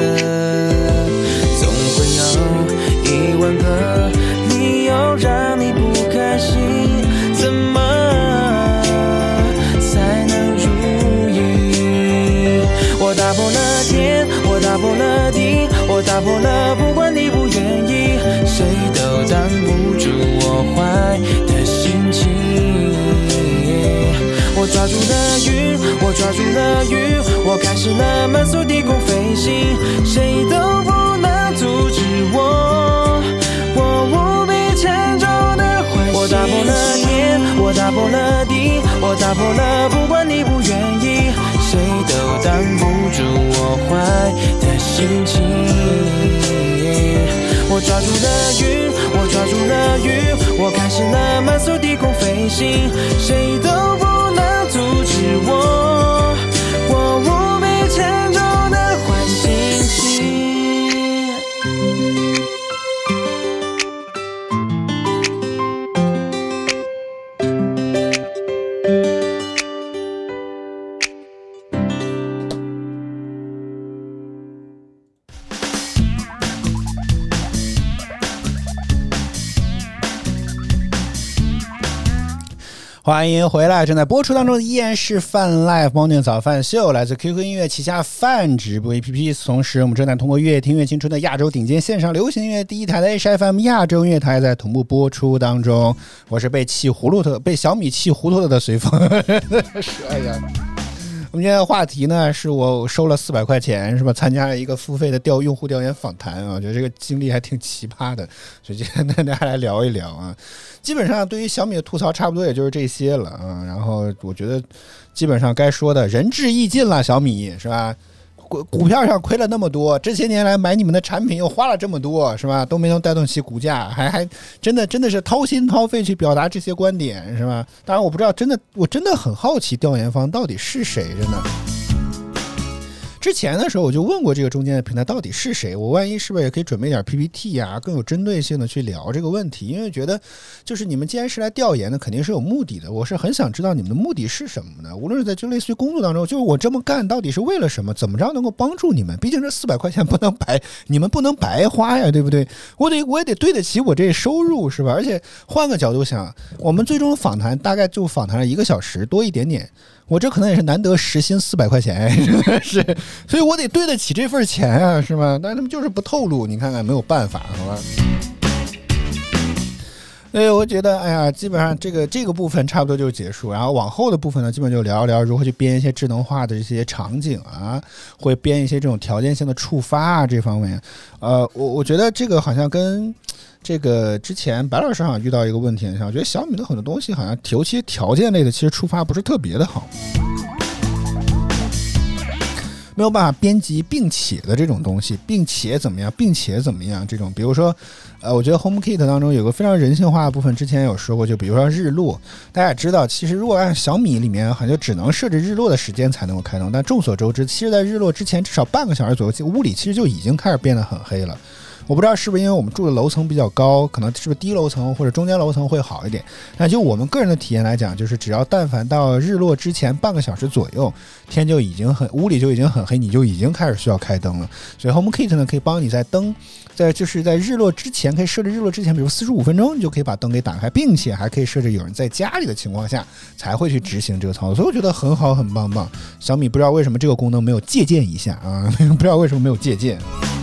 总会有一万个理由让你不开心，怎么才能如意？我打破了天，我打破了地，我打破了不管你不愿意，谁都挡不住我坏的心情。我抓住了云，我抓住了雨，我开始了慢速低空飞行，谁都不能阻止我，我无比沉重的坏心情。我打破了天，我打破了地，我打破了不管你不愿意，谁都挡不住我坏的心情。我抓住了云，我抓住了雨，我开始了慢速低空飞行，谁都不能阻止我，我无比沉重的坏心情。 欢迎回来，正在播出当中的依然是泛 Live Morning 早饭秀，来自 Q Q 音乐旗下泛直播 A P P， 同时我们正在通过越听越青春的亚洲顶尖线上流行音乐第一台的 H F M 亚洲音乐台在同步播出当中。我是被气糊涂的，被小米气糊涂了的随风。哎呀，我们今天的话题呢，是我收了四百块钱，是吧？参加了一个付费的调用户调研访谈啊，我觉得这个经历还挺奇葩的，所以今天跟大家来聊一聊啊。基本上对于小米的吐槽差不多也就是这些了啊，然后我觉得基本上该说的仁至义尽了，小米是吧？股票上亏了那么多，这些年来买你们的产品又花了这么多，是吧？都没能带动起股价，还还真的真的是掏心掏肺去表达这些观点，是吧？当然我不知道，真的我真的很好奇调研方到底是谁，真的。 之前的时候我就问过这个中间的平台到底是谁，我万一是不是也可以准备点 P P T 呀、啊，更有针对性的去聊这个问题，因为觉得就是你们既然是来调研的，肯定是有目的的，我是很想知道你们的目的是什么呢？无论是在就类似于工作当中，就是我这么干到底是为了什么？怎么着能够帮助你们？毕竟这四百块钱不能白，你们不能白花呀，对不对？我得我也得对得起我这收入，是吧？而且换个角度想，我们最终访谈大概就访谈了一个小时多一点点。我这可能也是难得时薪四百块钱，真的是，所以我得对得起这份钱啊，是吧？但是他们就是不透露，你看看没有办法，好吧？所以我觉得，哎呀，基本上这个这个部分差不多就结束，然后往后的部分呢，基本就聊一聊如何去编一些智能化的这些场景啊，会编一些这种条件性的触发啊这方面。呃，我我觉得这个好像跟这个之前白老师好像遇到一个问题，我觉得小米的很多东西好像尤其条件类的，其实触发不是特别的好。没有办法编辑并且的这种东西，并且怎么样，并且怎么样这种，比如说，呃，我觉得 HomeKit 当中有个非常人性化的部分，之前有说过，就比如说日落，大家也知道，其实如果按小米里面好像就只能设置日落的时间才能够开灯，但众所周知，其实在日落之前至少半个小时左右，屋里其实就已经开始变得很黑了。我不知道是不是因为我们住的楼层比较高，可能是不是低楼层或者中间楼层会好一点。那就我们个人的体验来讲，就是只要但凡到日落之前半个小时左右，天就已经很屋里就已经很黑，你就已经开始需要开灯了。所以 HomeKit 呢可以帮你在灯在就是在日落之前，可以设置日落之前，比如四十五分钟，你就可以把灯给打开，并且还可以设置有人在家里的情况下才会去执行这个操作。所以我觉得很好，很棒棒。小米不知道为什么这个功能没有借鉴一下啊？不知道为什么没有借鉴。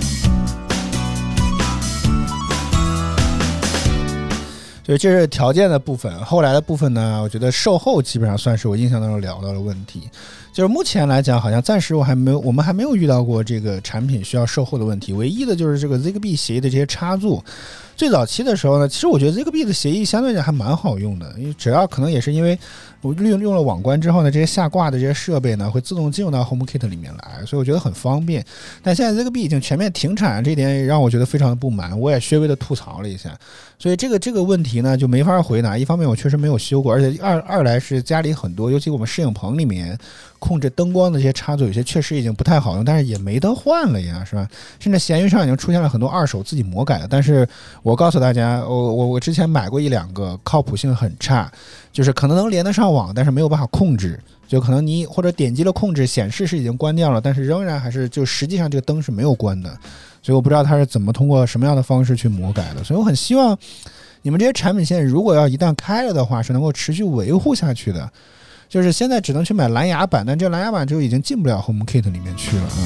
所以这是条件的部分，后来的部分呢，我觉得售后基本上算是我印象当中聊到的问题。就是目前来讲，好像暂时我还没有，我们还没有遇到过这个产品需要售后的问题。唯一的就是这个 Zigbee 协议的这些插座。最早期的时候呢，其实我觉得 Zigbee 的协议相对来讲还蛮好用的，因为主要可能也是因为我用用了网关之后呢，这些下挂的这些设备呢会自动进入到 HomeKit 里面来，所以我觉得很方便。但现在 Zigbee 已经全面停产，这一点让我觉得非常的不满，我也稍微的吐槽了一下。所以这个这个问题呢就没法回答。一方面我确实没有修过，而且二二来是家里很多，尤其我们摄影棚里面控制灯光的这些插座，有些确实已经不太好用，但是也没得换了呀，是吧？甚至闲鱼上已经出现了很多二手自己魔改的，但是我告诉大家，我我我之前买过一两个，靠谱性很差，就是可能能连得上网，但是没有办法控制，就可能你或者点击了控制，显示是已经关掉了，但是仍然还是就实际上这个灯是没有关的，所以我不知道它是怎么通过什么样的方式去魔改的，所以我很希望你们这些产品线如果要一旦开了的话，是能够持续维护下去的。就是现在只能去买蓝牙版，但这蓝牙版就已经进不了 HomeKit 里面去了啊。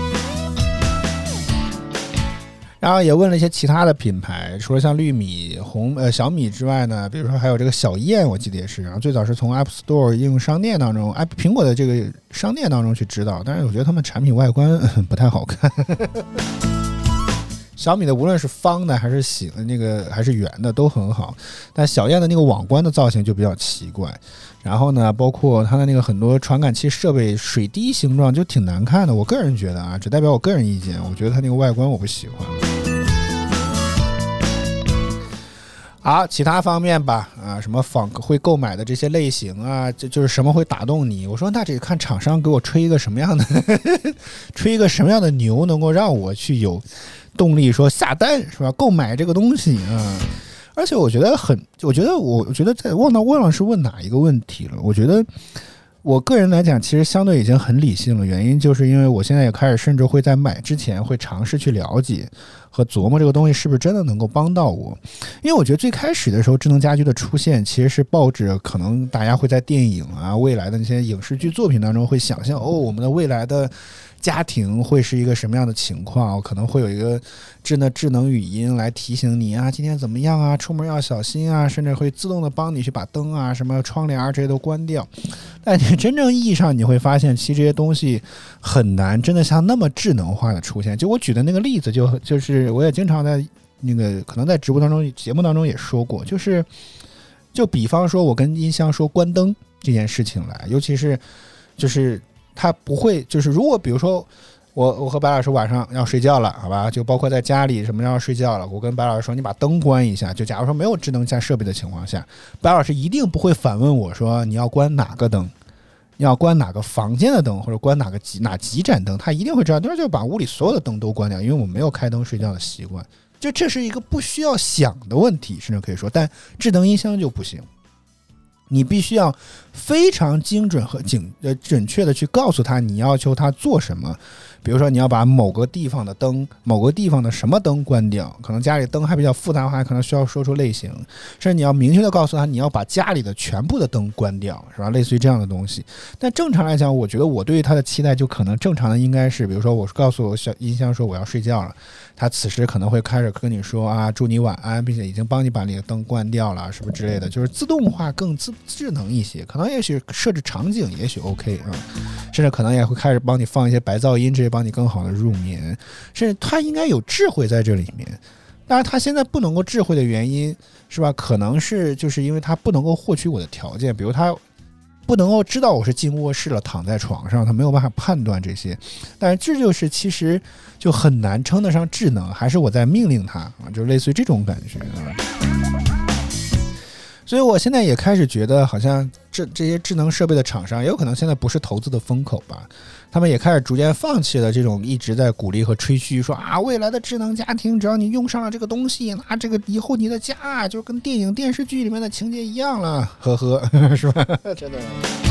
然后也问了一些其他的品牌，除了像绿米、红呃小米之外呢，比如说还有这个小燕，我记得也是，然后最早是从 App Store 应用商店当中 ，App 苹果的这个商店当中去指导，但是我觉得他们产品外观不太好看。小米的无论是方的还是形那个还是圆的都很好，但小燕的那个网关的造型就比较奇怪。然后呢，包括它的那个很多传感器设备水滴形状就挺难看的，我个人觉得啊，只代表我个人意见，我觉得它那个外观我不喜欢。好，其他方面吧，啊，什么仿会购买的这些类型啊，就就是什么会打动你？我说那这看厂商给我吹一个什么样的，吹一个什么样的牛，能够让我去有动力说下单是吧？购买这个东西啊。而且我觉得很，我觉得我我觉得在忘到忘了是问哪一个问题了。我觉得我个人来讲，其实相对已经很理性了。原因就是因为我现在也开始，甚至会在买之前会尝试去了解和琢磨这个东西是不是真的能够帮到我。因为我觉得最开始的时候，智能家居的出现其实是抱着可能大家会在电影啊、未来的那些影视剧作品当中会想象，哦，我们的未来的家庭会是一个什么样的情况？可能会有一个智能智能语音来提醒你啊，今天怎么样啊，出门要小心啊，甚至会自动的帮你去把灯啊、什么窗帘这些都关掉。但你真正意义上你会发现，其实这些东西很难真的像那么智能化的出现。就我举的那个例子就，就就是我也经常在那个可能在直播当中、节目当中也说过，就是就比方说我跟音箱说关灯这件事情来，尤其是就是。他不会，就是如果比如说我我和白老师晚上要睡觉了，好吧，就包括在家里什么要睡觉了，我跟白老师说你把灯关一下，就假如说没有智能家设备的情况下，白老师一定不会反问我说你要关哪个灯， 要关哪个房间的灯，或者关哪个几哪几盏灯，他一定会知道，就是把屋里所有的灯都关掉，因为我没有开灯睡觉的习惯。就这是一个不需要想的问题，甚至可以说，但智能音箱就不行。你必须要非常精准和精呃准确的去告诉他你要求他做什么。比如说你要把某个地方的灯某个地方的什么灯关掉，可能家里灯还比较复杂的话，可能需要说出类型，甚至你要明确的告诉他你要把家里的全部的灯关掉，是吧？类似于这样的东西。但正常来讲，我觉得我对于他的期待就可能正常的应该是，比如说我告诉我小音箱说我要睡觉了，他此时可能会开始跟你说啊祝你晚安，并且已经帮你把你的灯关掉了，是不是之类的，就是自动化更自智能一些，可能也许设置场景也许 OK 啊、嗯，甚至可能也会开始帮你放一些白噪音，这些帮你更好的入眠，甚至它应该有智慧在这里面。当然它现在不能够智慧的原因是吧，可能是就是因为它不能够获取我的条件，比如它不能够知道我是进卧室了躺在床上，它没有办法判断这些。但是这就是其实就很难称得上智能，还是我在命令它啊，就类似于这种感觉啊。所以我现在也开始觉得好像这这些智能设备的厂商也有可能现在不是投资的风口吧，他们也开始逐渐放弃了这种一直在鼓励和吹嘘说啊未来的智能家庭只要你用上了这个东西，那这个以后你的家就跟电影电视剧里面的情节一样了，呵呵，是吧？真的。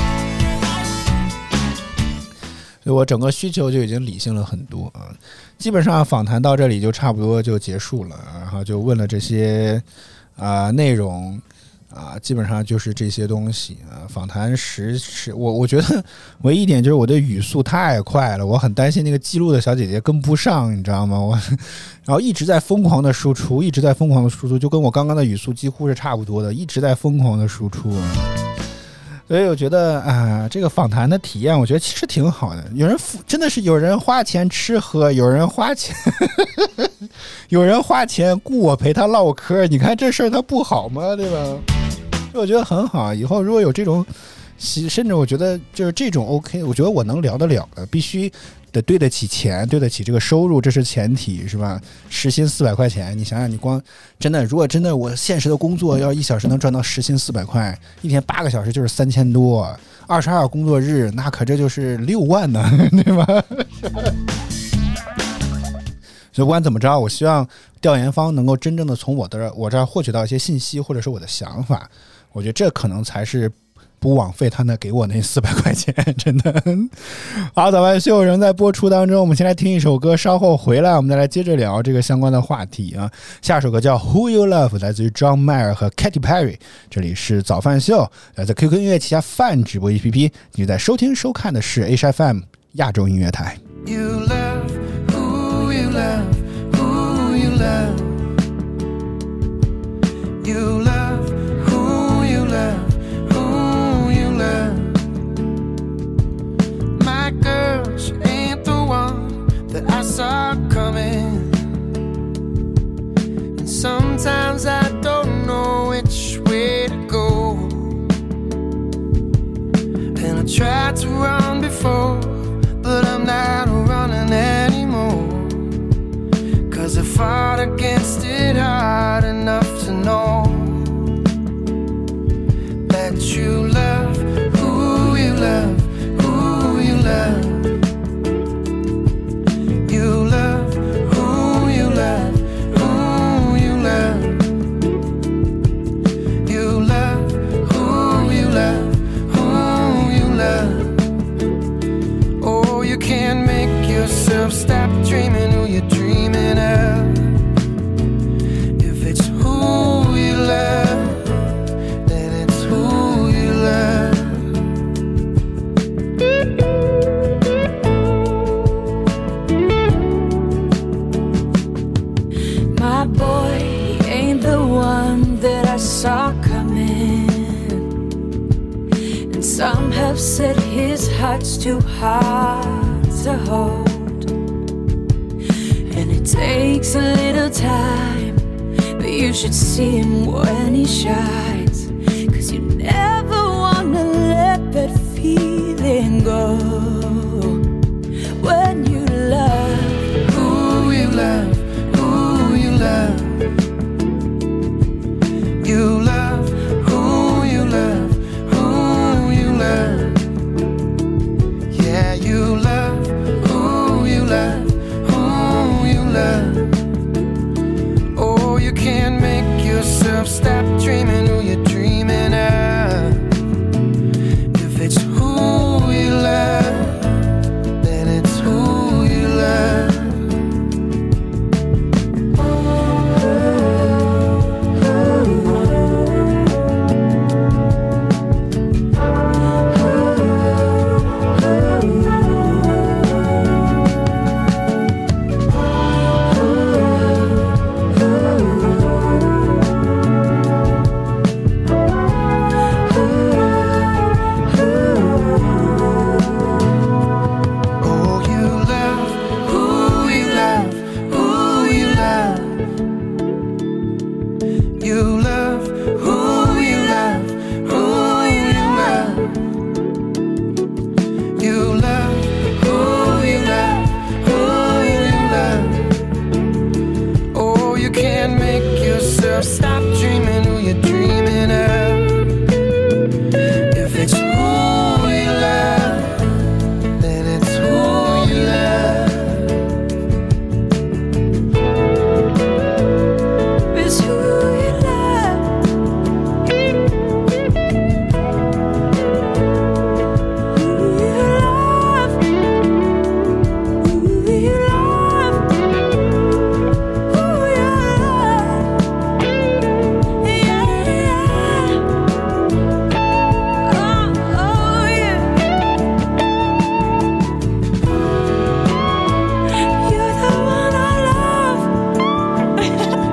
所以我整个需求就已经理性了很多啊，基本上访谈到这里就差不多就结束了，然后就问了这些啊、呃、内容。啊，基本上就是这些东西啊。访谈时是我我觉得唯一一点就是我的语速太快了，我很担心那个记录的小姐姐跟不上，你知道吗？我然后一直在疯狂的输出，一直在疯狂的输出，就跟我刚刚的语速几乎是差不多的，一直在疯狂的输出。所以我觉得啊，这个访谈的体验，我觉得其实挺好的。有人付，真的是有人花钱吃喝，有人花钱，有人花钱雇我陪他唠嗑。你看这事儿他不好吗？对吧？我觉得很好。以后如果有这种，甚至我觉得就是这种 OK， 我觉得我能聊得了的，必须得对得起钱，对得起这个收入，这是前提，是吧？时薪四百块钱，你想想，你光真的，如果真的我现实的工作要一小时能赚到时薪四百块，一天八个小时就是三千多，二十二工作日，那可这就是六万呢，对吧？所以不管怎么着，我希望调研方能够真正的从我的我这儿获取到一些信息，或者是我的想法，我觉得这可能才是不枉费他那给我那四百块钱，真的。好，早饭秀仍在播出当中，我们先来听一首歌，稍后回来我们再来接着聊这个相关的话题啊。下首歌叫 Who You Love， 来自于 John Mayer 和 Katy Perry。这里是早饭秀，来自 Q Q 音乐旗下饭直播 A P P， 你在收听收看的是 H F M 亚洲音乐台。 You love who you love, who you love. You love who you love, who you love. My girl, she ain't the one that I saw coming. And sometimes I don't know which way to go. And I tried to run before, but I'm not running anymore. Cause I fought against it hard enough to know that you love who you love, who you love. You love who you love, who you love. You love who you love, who you love. Oh, you can't make yourself stop dreaming who you're dreaming of. If it's who you love, then it's who you love. My boy, he ain't the one that I saw coming. And some have said his heart's too hard to hold. And it takes a little time, but you should see him when he shines. Cause you never wanna let that feeling go. When you love who you love, who you love. You love who you love, who you love. You love who you love, who you love. You love who you love, who you love. Oh, you can't make yourself stop dreaming who you're dreaming of. If it's who you love, then it's who you love. It's who you love. Who you love. Who you love. Who you love. Yeah, yeah. Oh, oh, yeah. You're the one I love.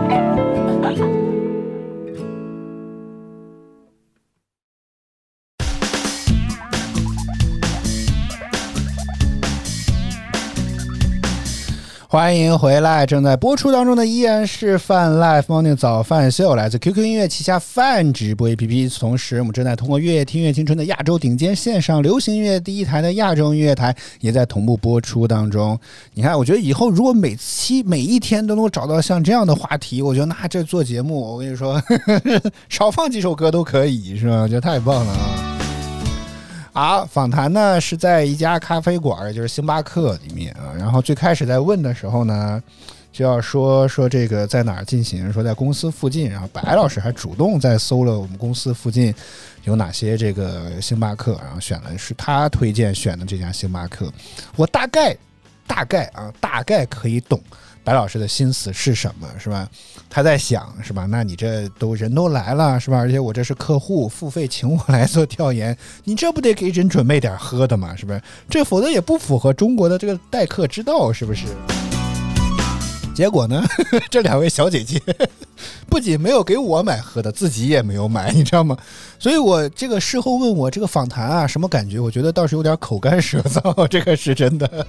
欢迎回来，正在播出当中的依然是泛 Live Morning 早饭秀，来自 Q Q 音乐旗下泛直播 A P P。同时，我们正在通过乐业听乐青春的亚洲顶尖线上流行音乐第一台的亚洲音乐台，也在同步播出当中。你看，我觉得以后如果每期每一天都能够找到像这样的话题，我觉得那这做节目，我跟你说，呵呵少放几首歌都可以，是吧？我觉得太棒了啊！啊，访谈呢是在一家咖啡馆，就是星巴克里面啊。然后最开始在问的时候呢，就要说说这个在哪儿进行，说在公司附近。然后白老师还主动在搜了我们公司附近有哪些这个星巴克，然后选了是他推荐选的这家星巴克。我大概大概啊，大概可以懂白老师的心思是什么，是吧？他在想，是吧？那你这都人都来了，是吧？而且我这是客户付费请我来做调研，你这不得给人准备点喝的嘛，是不是？这否则也不符合中国的这个待客之道，是不是？结果呢，这两位小姐姐不仅没有给我买喝的，自己也没有买，你知道吗？所以我这个事后问我这个访谈啊什么感觉，我觉得倒是有点口干舌燥，这个是真的。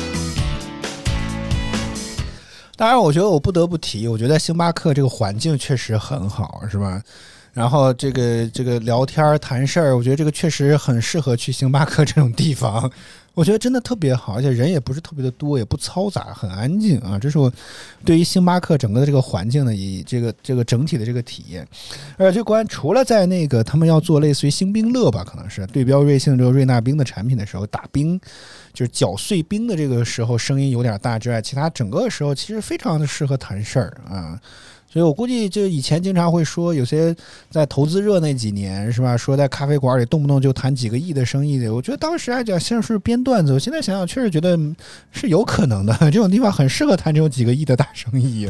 当然我觉得我不得不提，我觉得星巴克这个环境确实很好，是吧？然后这个这个聊天谈事儿，我觉得这个确实很适合去星巴克这种地方，我觉得真的特别好，而且人也不是特别的多，也不嘈杂，很安静啊。这是我对于星巴克整个的这个环境的以这个这个整体的这个体验。而且关除了在那个他们要做类似于星冰乐吧，可能是对标瑞幸这个瑞纳冰的产品的时候，打冰就是搅碎冰的这个时候声音有点大之外，其他整个时候其实非常的适合谈事儿啊。所以我估计就以前经常会说有些在投资热那几年，是吧，说在咖啡馆里动不动就谈几个亿的生意的，我觉得当时还讲像是编段子，我现在想想确实觉得是有可能的，这种地方很适合谈这种几个亿的大生意啊。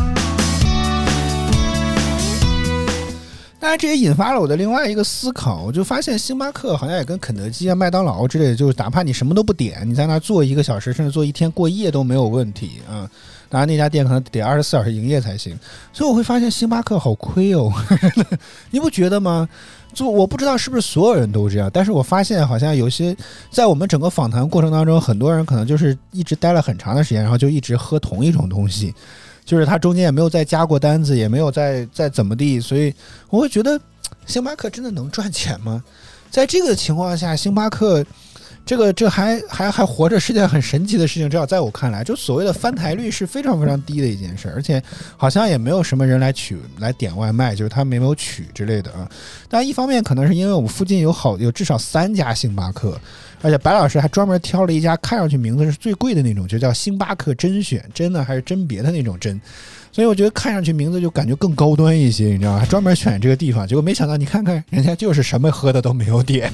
当然这也引发了我的另外一个思考，我就发现星巴克好像也跟肯德基啊麦当劳之类的，就是哪怕你什么都不点，你在那坐一个小时甚至坐一天过夜都没有问题啊。当然那家店可能得二十四小时营业才行，所以我会发现星巴克好亏哦你不觉得吗？就我不知道是不是所有人都这样，但是我发现好像有些在我们整个访谈过程当中，很多人可能就是一直待了很长的时间，然后就一直喝同一种东西，就是他中间也没有再加过单子，也没有再再怎么地，所以我会觉得星巴克真的能赚钱吗？在这个情况下，星巴克这个这还还还活着是件很神奇的事情，至少在我看来，就所谓的翻台率是非常非常低的一件事，而且好像也没有什么人来取来点外卖，就是他没有取之类的啊。但一方面可能是因为我们附近有好有至少三家星巴克，而且白老师还专门挑了一家看上去名字是最贵的那种，就叫星巴克甄选，真的还是甄别的那种甄。所以我觉得看上去名字就感觉更高端一些，你知道吗？还专门选这个地方，结果没想到你看看人家就是什么喝的都没有点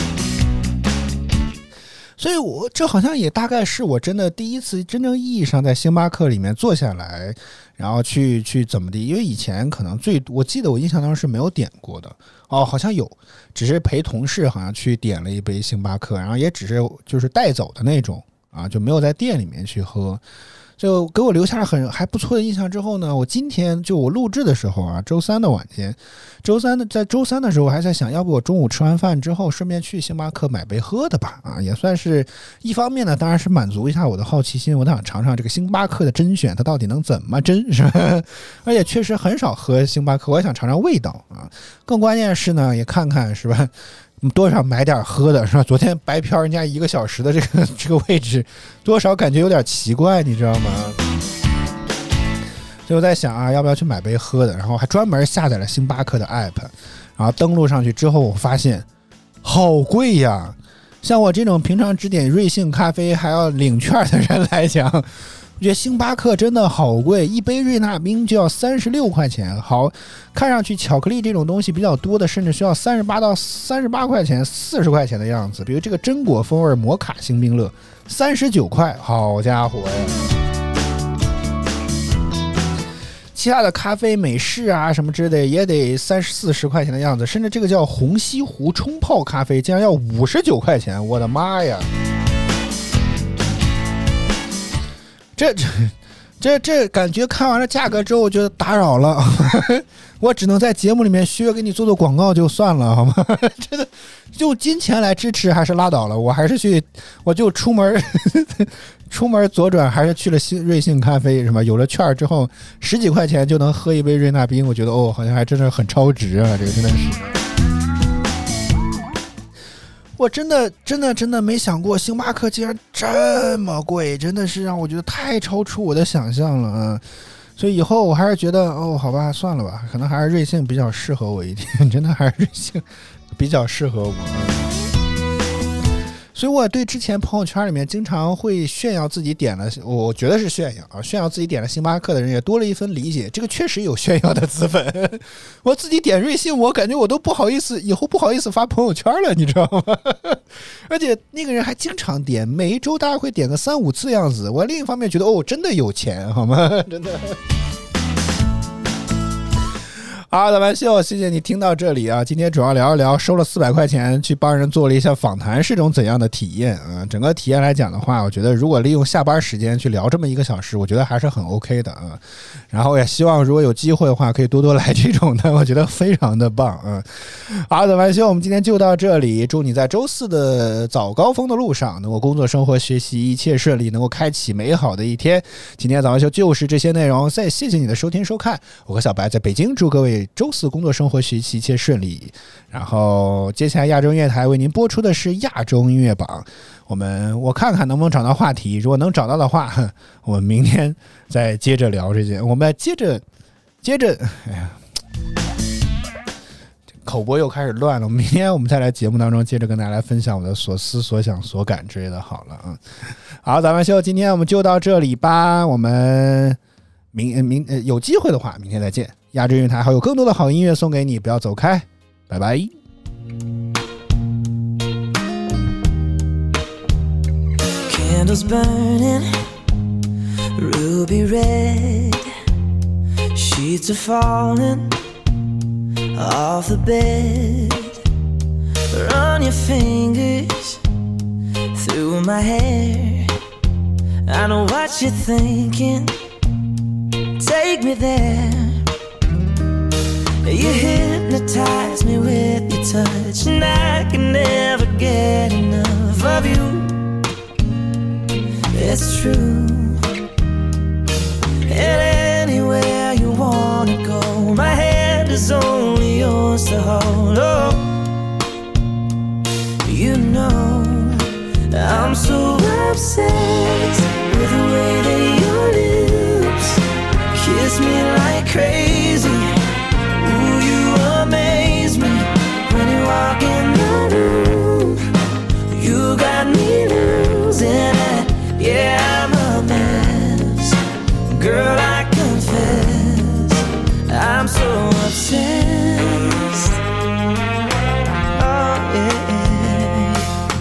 所以我这好像也大概是我真的第一次真正意义上在星巴克里面坐下来，然后去去怎么地，因为以前可能最我记得我印象当中是没有点过的哦，好像有，只是陪同事好像去点了一杯星巴克，然后也只是就是带走的那种啊，就没有在店里面去喝。 就给我留下了很还不错的印象。之后呢，我今天就我录制的时候啊，周三的晚间，周三的在周三的时候我还在想，要不我中午吃完饭之后顺便去星巴克买杯喝的吧，啊，也算是一方面呢，当然是满足一下我的好奇心，我想尝尝这个星巴克的甄选它到底能怎么甄，是吧？而且确实很少喝星巴克，我也想尝尝味道啊。更关键是呢，也看看是吧？多少买点喝的是吧？昨天白嫖人家一个小时的这个这个位置，多少感觉有点奇怪，你知道吗？所以我在想啊，要不要去买杯喝的？然后还专门下载了星巴克的 app， 然后登录上去之后，我发现好贵呀！像我这种平常只点瑞幸咖啡还要领券的人来讲，我觉得星巴克真的好贵，一杯瑞纳冰就要三十六块钱。好，看上去巧克力这种东西比较多的，甚至需要三十八到三十八块钱、四十块钱的样子。比如这个榛果风味摩卡星冰乐，三十九块，好家伙呀！其他的咖啡、美式啊什么之类的也得三十四十块钱的样子，甚至这个叫红西湖冲泡咖啡竟然要五十九块钱，我的妈呀！这这这这感觉看完了价格之后，我觉得打扰了，我只能在节目里面学给你做做广告就算了，好吗？真的，就金钱来支持还是拉倒了，我还是去，我就出门出门左转，还是去了瑞幸咖啡，是吧？有了券之后，十几块钱就能喝一杯瑞纳冰，我觉得哦，好像还真的很超值啊，这个真的是。我真的真的真的没想过星巴克竟然这么贵，真的是让我觉得太超出我的想象了啊！所以以后我还是觉得哦，好吧，算了吧，可能还是瑞幸比较适合我一点，真的还是瑞幸比较适合我。所以我对之前朋友圈里面经常会炫耀自己点了，我觉得是炫耀啊，炫耀自己点了星巴克的人也多了一分理解，这个确实有炫耀的资本。我自己点瑞幸，我感觉我都不好意思，以后不好意思发朋友圈了，你知道吗？而且那个人还经常点，每一周大概会点个三五次样子。我另一方面觉得哦，真的有钱，好吗？真的。好，老板秀，谢谢你听到这里啊！今天主要聊一聊收了四百块钱去帮人做了一下访谈是种怎样的体验啊？整个体验来讲的话，我觉得如果利用下班时间去聊这么一个小时，我觉得还是很 OK 的啊。然后也希望如果有机会的话，可以多多来这种的，我觉得非常的棒啊！好，老板秀，我们今天就到这里，祝你在周四的早高峰的路上，能够工作、生活、学习一切顺利，能够开启美好的一天。今天早上秀就是这些内容，再谢谢你的收听收看，我和小白在北京，祝各位周四工作生活学习一切顺利。然后接下来亚洲音乐台为您播出的是亚洲音乐榜，我们我看看能不能找到话题，如果能找到的话，我们明天再接着聊这件，我们接着接着哎呀口播又开始乱了，明天我们再来节目当中接着跟大家来分享我的所思所想所感之类的。好了啊，好，咱们秀今天我们就到这里吧，我们明明呃有机会的话明天再见。亚洲音乐台还有更多的好音乐送给你，不要走开，拜拜。 Candles burning, ruby red, sheets are falling off the bed. Run your fingers through my hair, I know what you're thinking, take me there. You hypnotize me with your touch, and I can never get enough of you. It's true. And anywhere you wanna go, my hand is only yours to hold. Oh, you know I'm so obsessed with the way that your lips kiss me like crazy. Ooh, you amaze me when you walk in the room. You got me losing it. Yeah, I'm a mess, girl, I confess, I'm so obsessed. Oh yeah.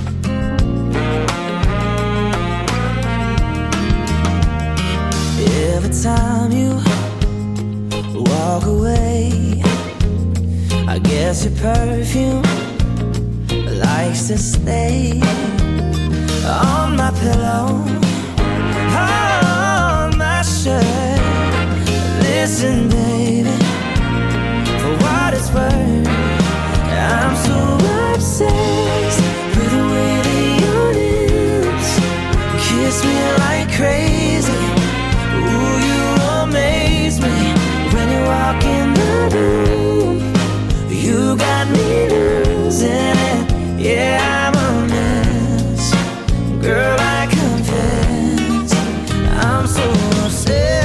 Every time you walk away, I guess your perfume likes to stay on my pillow, on should. Listen, baby, for what it's worth, I'm so obsessed with the way that your lips kiss me like crazy. Ooh, you amaze me when you walk in the room. You got me losing it. Yeah, I'm a mess, girl, I confess. I'm so obsessed.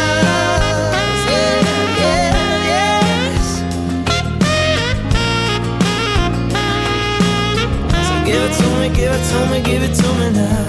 Give it to me, give it to me, give it to me now.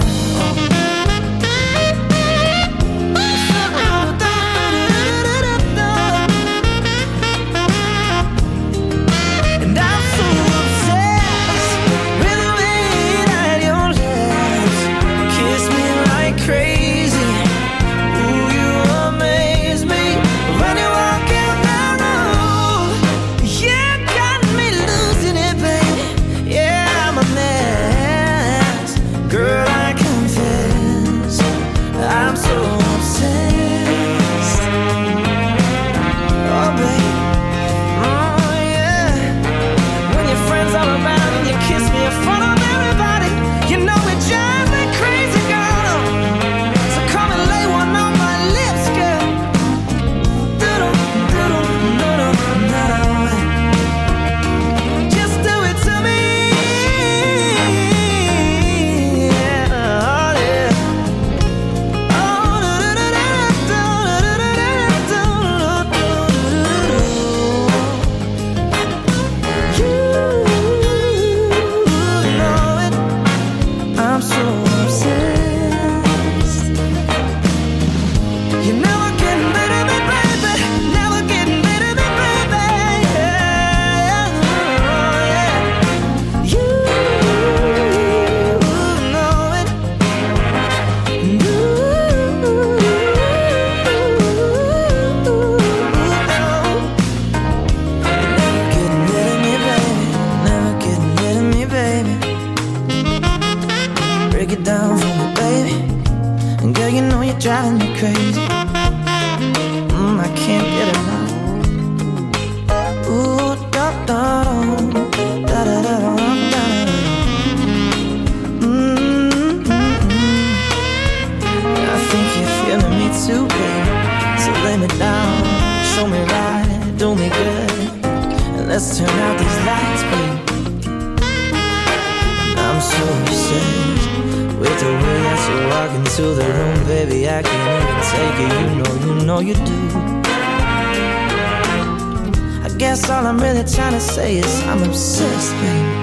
And I'm so obsessed with the way that your lips kiss me like crazy. Ooh, you amaze me when you walk in the room. You got me losing it, baby. Yeah, I'm a mess, girl, I confess. I'm so obsessed. Oh, baby, oh, yeah. When your friends are around and you kiss me in front of everybody, you know it drives me crazy, girl. So come and lay one on my lips, girl. Do-do, do-do, do-do, do-do. Just do it to me. Driving me crazy. Mm, I can't get enough. Ooh, da da da da da da da. Mm-hmm. I think you're feeling me too, baby. So lay me down, show me right, do me good, and let's turn out these lights, baby. I'm so obsessed with the way that you walk into the room, baby, I can't even take it. You know, you know you do. I guess all I'm really trying to say is I'm obsessed, baby.